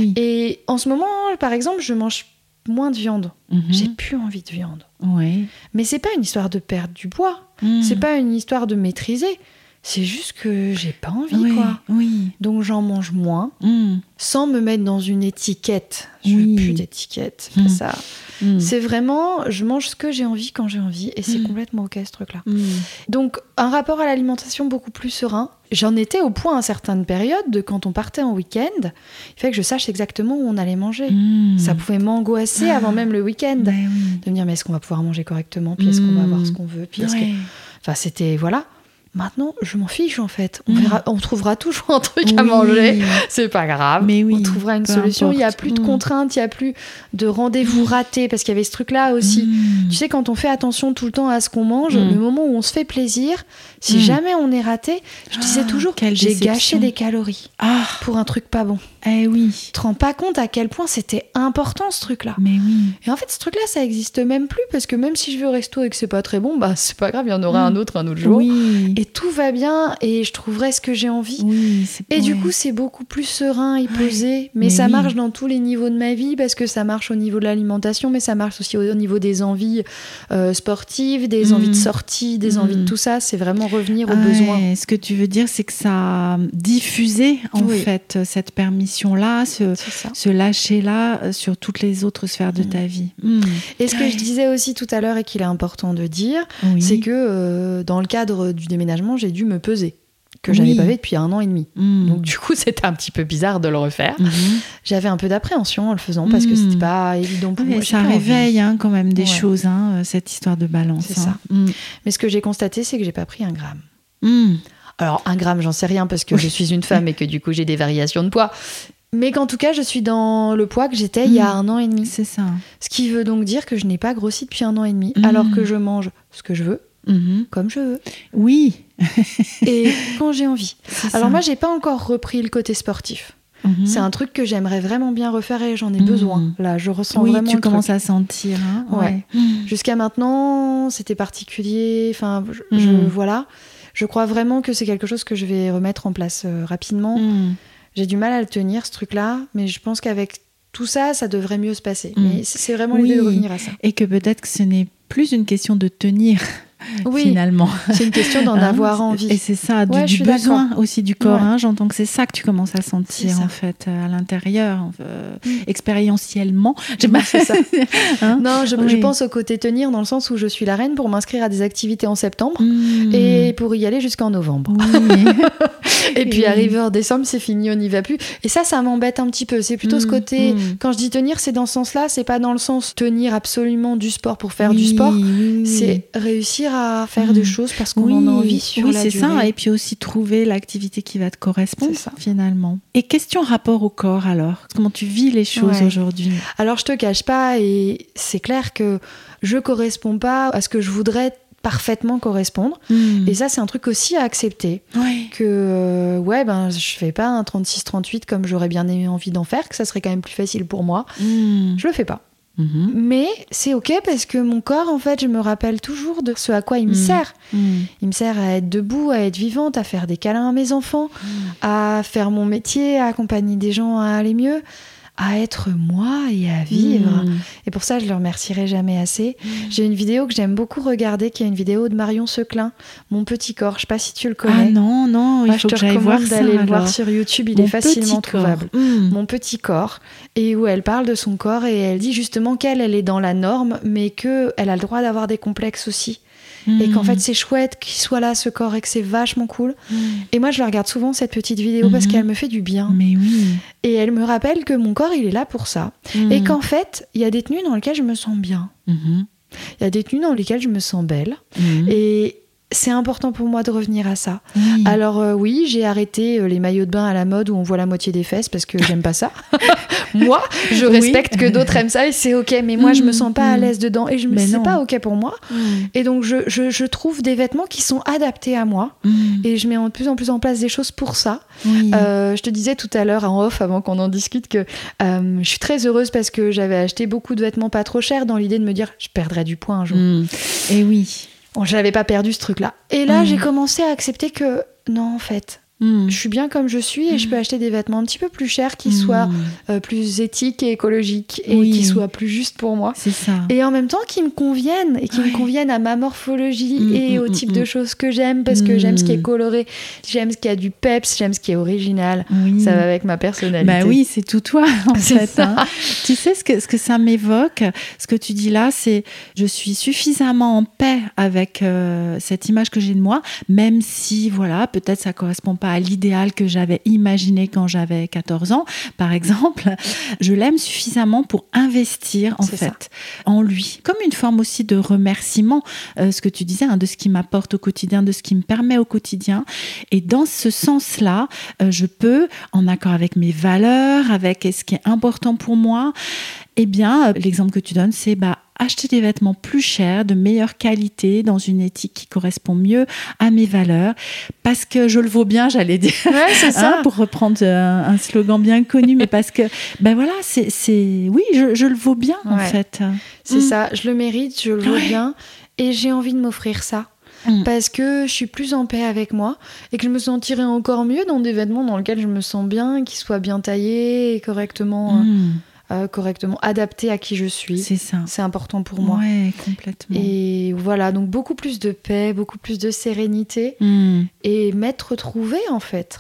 Speaker 2: Et en ce moment, par exemple, je mange moins de viande. J'ai plus envie de viande.
Speaker 1: Ouais.
Speaker 2: Mais c'est pas une histoire de perdre du poids. C'est pas une histoire de maîtriser. C'est juste que j'ai pas envie, quoi.
Speaker 1: Oui.
Speaker 2: Donc j'en mange moins, sans me mettre dans une étiquette. Je veux plus d'étiquette, c'est pas ça. C'est vraiment, je mange ce que j'ai envie quand j'ai envie, et c'est complètement OK, ce truc-là. Donc un rapport à l'alimentation beaucoup plus serein. J'en étais au point à certaines périodes de quand on partait en week-end, il fallait que je sache exactement où on allait manger. Ça pouvait m'angoisser avant même le week-end, de me dire mais est-ce qu'on va pouvoir manger correctement, puis est-ce qu'on va avoir ce qu'on veut, puis est-ce que... Enfin c'était, voilà. Maintenant, je m'en fiche en fait. On trouvera toujours un truc à manger. C'est pas grave.
Speaker 1: Mais
Speaker 2: on trouvera une solution. Il n'y a plus de contraintes, il n'y a plus de rendez-vous ratés. Parce qu'il y avait ce truc-là aussi. Tu sais, quand on fait attention tout le temps à ce qu'on mange, le moment où on se fait plaisir, si jamais on est raté, je disais toujours, j'ai gâché des calories pour un truc pas bon.
Speaker 1: Eh oui.
Speaker 2: Tu te rends pas compte à quel point c'était important ce truc-là.
Speaker 1: Mais oui.
Speaker 2: Et en fait, ce truc-là, ça existe même plus parce que même si je vais au resto et que c'est pas très bon, c'est pas grave, il y en aura un autre jour.
Speaker 1: Oui.
Speaker 2: Et tout va bien et je trouverai ce que j'ai envie. Et du coup, c'est beaucoup plus serein et posé. Mais ça marche dans tous les niveaux de ma vie parce que ça marche au niveau de l'alimentation, mais ça marche aussi au niveau des envies sportives, des envies de sortie, des envies de tout ça. C'est vraiment revenir aux besoins.
Speaker 1: Ce que tu veux dire, c'est que ça a diffusé en fait cette permission-là, ce lâcher-là sur toutes les autres sphères de ta vie.
Speaker 2: Et ce que je disais aussi tout à l'heure et qu'il est important de dire, c'est que dans le cadre du déménagement, j'ai dû me peser, que j'avais pas fait depuis 1 an et demi. Donc du coup, c'était un petit peu bizarre de le refaire. J'avais un peu d'appréhension en le faisant parce que c'était pas évident pour moi.
Speaker 1: Ça réveille quand même des choses, cette histoire de balance.
Speaker 2: C'est ça. Mais ce que j'ai constaté, c'est que j'ai pas pris 1 gramme. Alors 1 gramme, j'en sais rien parce que je suis une femme et que du coup, j'ai des variations de poids. Mais qu'en tout cas, je suis dans le poids que j'étais il y a 1 an et demi.
Speaker 1: C'est ça. Ce
Speaker 2: qui veut donc dire que je n'ai pas grossi depuis 1 an et demi, alors que je mange ce que je veux, comme je veux.
Speaker 1: Oui.
Speaker 2: Et quand j'ai envie. Alors moi, j'ai pas encore repris le côté sportif. C'est un truc que j'aimerais vraiment bien refaire et j'en ai besoin. Là, je ressens vraiment
Speaker 1: tu commences à sentir.
Speaker 2: Jusqu'à maintenant, c'était particulier. Enfin, voilà. Je crois vraiment que c'est quelque chose que je vais remettre en place rapidement. J'ai du mal à le tenir, ce truc-là, mais je pense qu'avec tout ça, ça devrait mieux se passer. Mais c'est vraiment l'idée de revenir à ça.
Speaker 1: Et que peut-être que ce n'est plus une question de tenir, finalement.
Speaker 2: C'est une question d'en avoir envie.
Speaker 1: Et c'est ça, du besoin aussi du corps. J'entends que c'est ça que tu commences à sentir, en fait, à l'intérieur, expérientiellement.
Speaker 2: C'est ça. Non, je pense au côté tenir, dans le sens où je suis la reine pour m'inscrire à des activités en septembre et pour y aller jusqu'en novembre. Et puis arrivé en décembre, c'est fini, on n'y va plus. Et ça m'embête un petit peu. C'est plutôt ce côté, quand je dis tenir, c'est dans ce sens-là, c'est pas dans le sens tenir absolument du sport pour faire du sport. C'est réussir plaisir à faire des choses parce qu'on en a envie sur la durée.
Speaker 1: Oui, c'est ça. Et puis aussi trouver l'activité qui va te correspondre, finalement. Et question rapport au corps, alors. Comment tu vis les choses aujourd'hui ?
Speaker 2: Alors, je te cache pas, et c'est clair que je corresponds pas à ce que je voudrais parfaitement correspondre. Et ça, c'est un truc aussi à accepter. Que, je fais pas un 36-38 comme j'aurais bien envie d'en faire, que ça serait quand même plus facile pour moi. Je le fais pas. Mais c'est ok parce que mon corps, en fait, je me rappelle toujours de ce à quoi il me sert. Il me sert à être debout, à être vivante, à faire des câlins à mes enfants, à faire mon métier, à accompagner des gens à aller mieux, à être moi et à vivre. Et pour ça, je le remercierai jamais assez. J'ai une vidéo que j'aime beaucoup regarder, qui est une vidéo de Marion Seclin, Mon petit corps. Je sais pas si tu le connais.
Speaker 1: Ah non, il faut que j'aille voir ça.
Speaker 2: Je te recommande d'aller le voir sur YouTube, il est facilement trouvable. Mon petit corps. Et où elle parle de son corps et elle dit justement qu'elle est dans la norme, mais qu'elle a le droit d'avoir des complexes aussi. Et qu'en fait c'est chouette qu'il soit là ce corps et que c'est vachement cool. Et moi je la regarde souvent cette petite vidéo parce qu'elle me fait du bien.
Speaker 1: Mais oui.
Speaker 2: Et elle me rappelle que mon corps il est là pour ça. Et qu'en fait il y a des tenues dans lesquelles je me sens bien. Il y a des tenues dans lesquelles je me sens belle. Et c'est important pour moi de revenir à ça. Alors oui, j'ai arrêté les maillots de bain à la mode où on voit la moitié des fesses parce que j'aime pas ça. Moi, je respecte que d'autres aiment ça et c'est ok, mais moi je me sens pas à l'aise dedans et c'est pas ok pour moi. Et donc je trouve des vêtements qui sont adaptés à moi et je mets de plus en plus en place des choses pour ça. Je te disais tout à l'heure en off avant qu'on en discute que je suis très heureuse parce que j'avais acheté beaucoup de vêtements pas trop chers dans l'idée de me dire je perdrai du poids un jour.
Speaker 1: Et oui.
Speaker 2: Bon, je n'avais pas perdu ce truc-là. Et là, j'ai commencé à accepter que non, en fait, je suis bien comme je suis et je peux acheter des vêtements un petit peu plus chers qui soient plus éthiques et écologiques et qui soient plus justes pour moi.
Speaker 1: C'est ça.
Speaker 2: Et en même temps, qui me conviennent et qui me conviennent à ma morphologie et au type de choses que j'aime parce que j'aime ce qui est coloré, j'aime ce qui a du peps, j'aime ce qui est original. Ça va avec ma personnalité.
Speaker 1: Bah oui, c'est tout toi en fait.
Speaker 2: Ça.
Speaker 1: Tu sais ce que ça m'évoque, ce que tu dis là, c'est je suis suffisamment en paix avec cette image que j'ai de moi, même si voilà, peut-être ça correspond pas à l'idéal que j'avais imaginé quand j'avais 14 ans, par exemple. Je l'aime suffisamment pour investir en lui, comme une forme aussi de remerciement, ce que tu disais, de ce qui m'apporte au quotidien, de ce qui me permet au quotidien. Et dans ce sens-là, je peux, en accord avec mes valeurs, avec ce qui est important pour moi, eh bien, l'exemple que tu donnes, c'est acheter des vêtements plus chers, de meilleure qualité, dans une éthique qui correspond mieux à mes valeurs, parce que je le vaux bien, j'allais dire.
Speaker 2: Ouais, c'est ça.
Speaker 1: Pour reprendre un slogan bien connu, mais parce que, oui, je le vaux bien, en fait.
Speaker 2: C'est ça, je le mérite, je le vaux bien, et j'ai envie de m'offrir ça. Parce que je suis plus en paix avec moi et que je me sentirai encore mieux dans des vêtements dans lesquels je me sens bien, qui soient bien taillés et correctement adapté à qui je suis.
Speaker 1: C'est ça.
Speaker 2: C'est important pour moi.
Speaker 1: Ouais, complètement.
Speaker 2: Et voilà, donc beaucoup plus de paix, beaucoup plus de sérénité et m'être retrouvée en fait.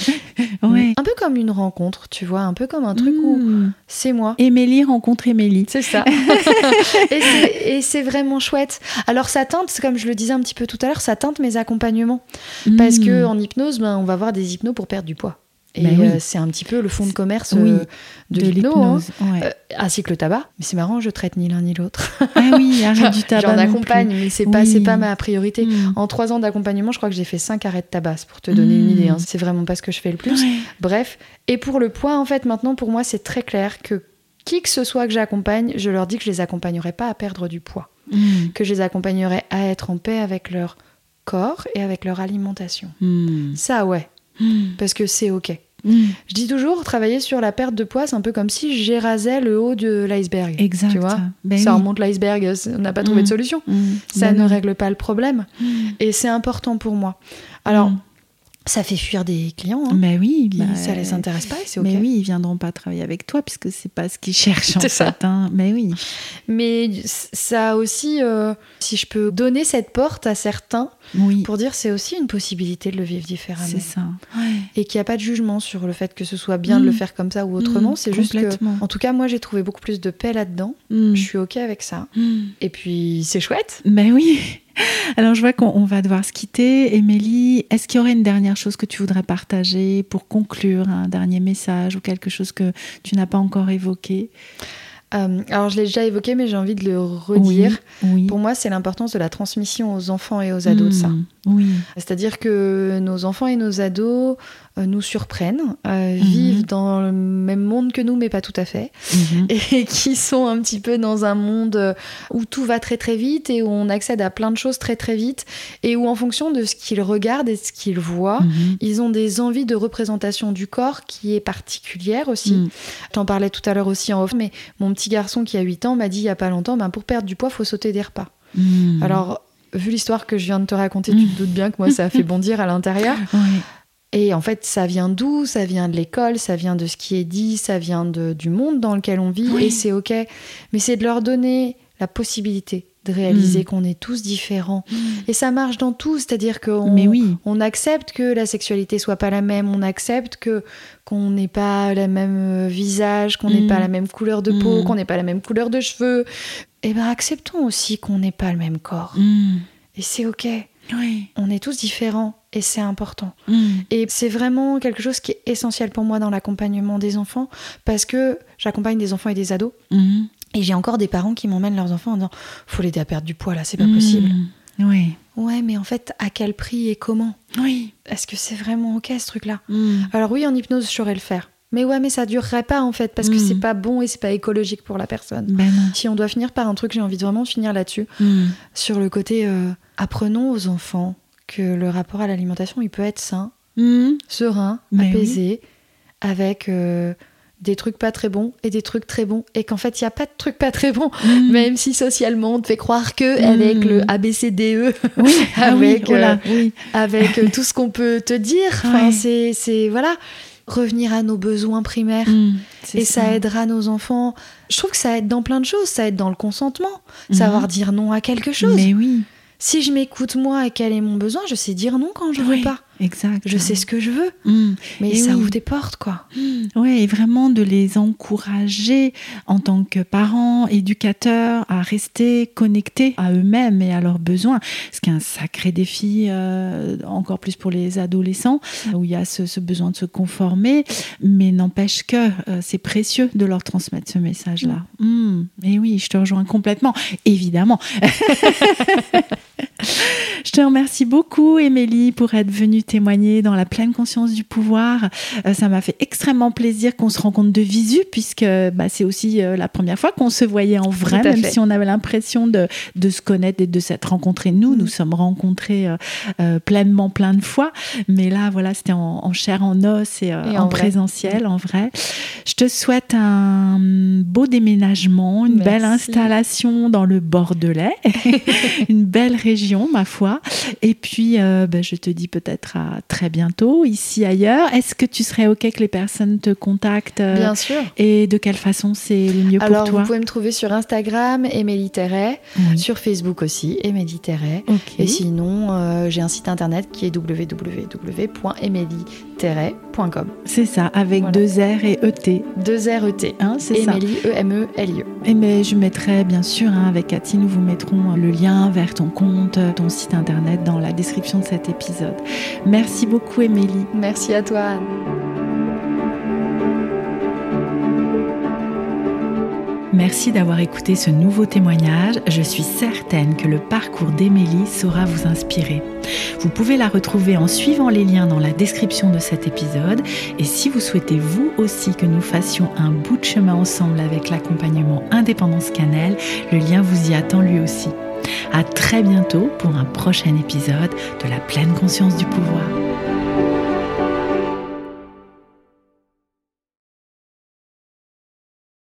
Speaker 2: Un peu comme une rencontre, tu vois, un peu comme un truc où c'est moi.
Speaker 1: Émilie rencontre Émilie.
Speaker 2: C'est ça. et c'est vraiment chouette. Alors ça teinte, comme je le disais un petit peu tout à l'heure, ça teinte mes accompagnements. Parce qu'en hypnose, on va voir des hypnos pour perdre du poids. Et c'est un petit peu le fonds de commerce de l'hypnose, ainsi que le tabac. Mais c'est marrant, je traite ni l'un ni l'autre.
Speaker 1: Ah oui, arrête du tabac.
Speaker 2: J'en accompagne, mais c'est pas ma priorité. En 3 ans d'accompagnement, je crois que j'ai fait 5 arrêts de tabac, pour te donner une idée. C'est vraiment pas ce que je fais le plus. Bref, et pour le poids, en fait, maintenant, pour moi, c'est très clair que qui que ce soit que j'accompagne, je leur dis que je les accompagnerai pas à perdre du poids. Que je les accompagnerai à être en paix avec leur corps et avec leur alimentation. Ça, parce que c'est ok. Je dis toujours, travailler sur la perte de poids, c'est un peu comme si j'érasais le haut de l'iceberg.
Speaker 1: Exact.
Speaker 2: Tu vois, ça remonte l'iceberg, on n'a pas trouvé de solution. Ça ne règle pas le problème. Et c'est important pour moi. Alors, ça fait fuir des clients.
Speaker 1: Mais oui.
Speaker 2: Ça les intéresse pas et c'est ok.
Speaker 1: Mais oui, ils viendront pas travailler avec toi puisque c'est pas ce qu'ils cherchent en fait. Mais oui.
Speaker 2: Mais ça aussi, si je peux donner cette porte à certains pour dire c'est aussi une possibilité de le vivre différemment.
Speaker 1: C'est ça.
Speaker 2: Et qu'il n'y a pas de jugement sur le fait que ce soit bien de le faire comme ça ou autrement. C'est juste que, en tout cas, moi j'ai trouvé beaucoup plus de paix là-dedans. Je suis ok avec ça. Et puis c'est chouette.
Speaker 1: Mais oui. Alors, je vois qu'on va devoir se quitter. Émilie, est-ce qu'il y aurait une dernière chose que tu voudrais partager pour conclure, un dernier message ou quelque chose que tu n'as pas encore évoqué ?
Speaker 2: Alors je l'ai déjà évoqué, mais j'ai envie de le redire.
Speaker 1: Oui.
Speaker 2: Pour moi, c'est l'importance de la transmission aux enfants et aux ados de ça.
Speaker 1: Oui.
Speaker 2: C'est-à-dire que nos enfants et nos ados nous surprennent, vivent dans le même monde que nous, mais pas tout à fait, et qui sont un petit peu dans un monde où tout va très très vite et où on accède à plein de choses très très vite, et où en fonction de ce qu'ils regardent et de ce qu'ils voient, ils ont des envies de représentation du corps qui est particulière aussi. T'en parlais tout à l'heure aussi en off, mais mon petit garçon qui a 8 ans m'a dit il y a pas longtemps, pour perdre du poids, faut sauter des repas. Alors, vu l'histoire que je viens de te raconter, tu te doutes bien que moi, ça a fait bondir à l'intérieur.
Speaker 1: Oui.
Speaker 2: Et en fait, ça vient d'où ? Ça vient de l'école, ça vient de ce qui est dit, ça vient du monde dans lequel on vit, et c'est OK. Mais c'est de leur donner la possibilité de réaliser qu'on est tous différents. Et ça marche dans tout, c'est-à-dire qu'on accepte que la sexualité soit pas la même, on accepte qu'on n'ait pas le même visage, qu'on n'ait pas la même couleur de peau, qu'on n'ait pas la même couleur de cheveux. Et acceptons aussi qu'on n'ait pas le même corps. Et c'est OK.
Speaker 1: Oui.
Speaker 2: On est tous différents et c'est important. Et c'est vraiment quelque chose qui est essentiel pour moi dans l'accompagnement des enfants, parce que j'accompagne des enfants et des ados. Et j'ai encore des parents qui m'emmènent leurs enfants en disant « Faut l'aider à perdre du poids là, c'est pas possible. »
Speaker 1: Oui.
Speaker 2: Ouais, mais en fait, à quel prix et comment ?
Speaker 1: Oui.
Speaker 2: Est-ce que c'est vraiment OK ce truc-là ? Alors oui, en hypnose, je saurais le faire. Mais ça durerait pas en fait, parce que c'est pas bon et c'est pas écologique pour la personne. Si on doit finir par un truc, j'ai envie de vraiment finir là-dessus, sur le côté apprenons aux enfants que le rapport à l'alimentation, il peut être sain, serein, apaisé, avec des trucs pas très bons et des trucs très bons, et qu'en fait il y a pas de trucs pas très bons, même si socialement on te fait croire que avec le ABCDE, avec tout ce qu'on peut te dire, c'est voilà. Revenir à nos besoins primaires, et ça aidera nos enfants. Je trouve que ça aide dans plein de choses. Ça aide dans le consentement, savoir dire non à quelque chose.
Speaker 1: Mais oui.
Speaker 2: Si je m'écoute moi et quel est mon besoin, je sais dire non quand je veux pas.
Speaker 1: Exact.
Speaker 2: Je sais ce que je veux. Mais ça ouvre des portes, quoi.
Speaker 1: Oui, et vraiment de les encourager en tant que parents, éducateurs, à rester connectés à eux-mêmes et à leurs besoins. Ce qui est un sacré défi, encore plus pour les adolescents, où il y a ce besoin de se conformer, mais n'empêche que c'est précieux de leur transmettre ce message-là. Et oui, je te rejoins complètement, évidemment. Je te remercie beaucoup, Émilie, pour être venue témoigner dans la pleine conscience du pouvoir. Ça m'a fait extrêmement plaisir qu'on se rencontre de visu, puisque c'est aussi la première fois qu'on se voyait en vrai, même si on avait l'impression de se connaître et de s'être rencontrés. Nous sommes rencontrés pleinement plein de fois, mais là, voilà, c'était en chair, en os et en présentiel, en vrai. Je te souhaite un beau déménagement, une belle installation dans le Bordelais, une belle région, ma foi. Et puis, je te dis peut-être à très bientôt, ici, ailleurs. Est-ce que tu serais OK que les personnes te contactent ?
Speaker 2: Bien sûr.
Speaker 1: Et de quelle façon c'est le mieux pour toi ?
Speaker 2: Alors, vous pouvez me trouver sur Instagram, Émilie Terret, sur Facebook aussi, Émilie Terret. Et sinon, j'ai un site internet qui est www.emilieterret.com.
Speaker 1: C'est ça, avec 2 R et ET.
Speaker 2: 2 R, ET.
Speaker 1: C'est
Speaker 2: Émilie, E-M-E-L-I-E.
Speaker 1: Et mais je mettrai, bien sûr, avec Cathy, nous vous mettrons le lien vers ton compte, ton site internet dans la description de cet épisode. Merci beaucoup, Émilie.
Speaker 2: Merci à toi, Anne.
Speaker 1: Merci d'avoir écouté ce nouveau témoignage. Je suis certaine que le parcours d'Émilie saura vous inspirer. Vous pouvez la retrouver en suivant les liens dans la description de cet épisode. Et si vous souhaitez vous aussi que nous fassions un bout de chemin ensemble avec l'accompagnement Indépendance Cannelle, le lien vous y attend lui aussi. À très bientôt pour un prochain épisode de la pleine conscience du pouvoir.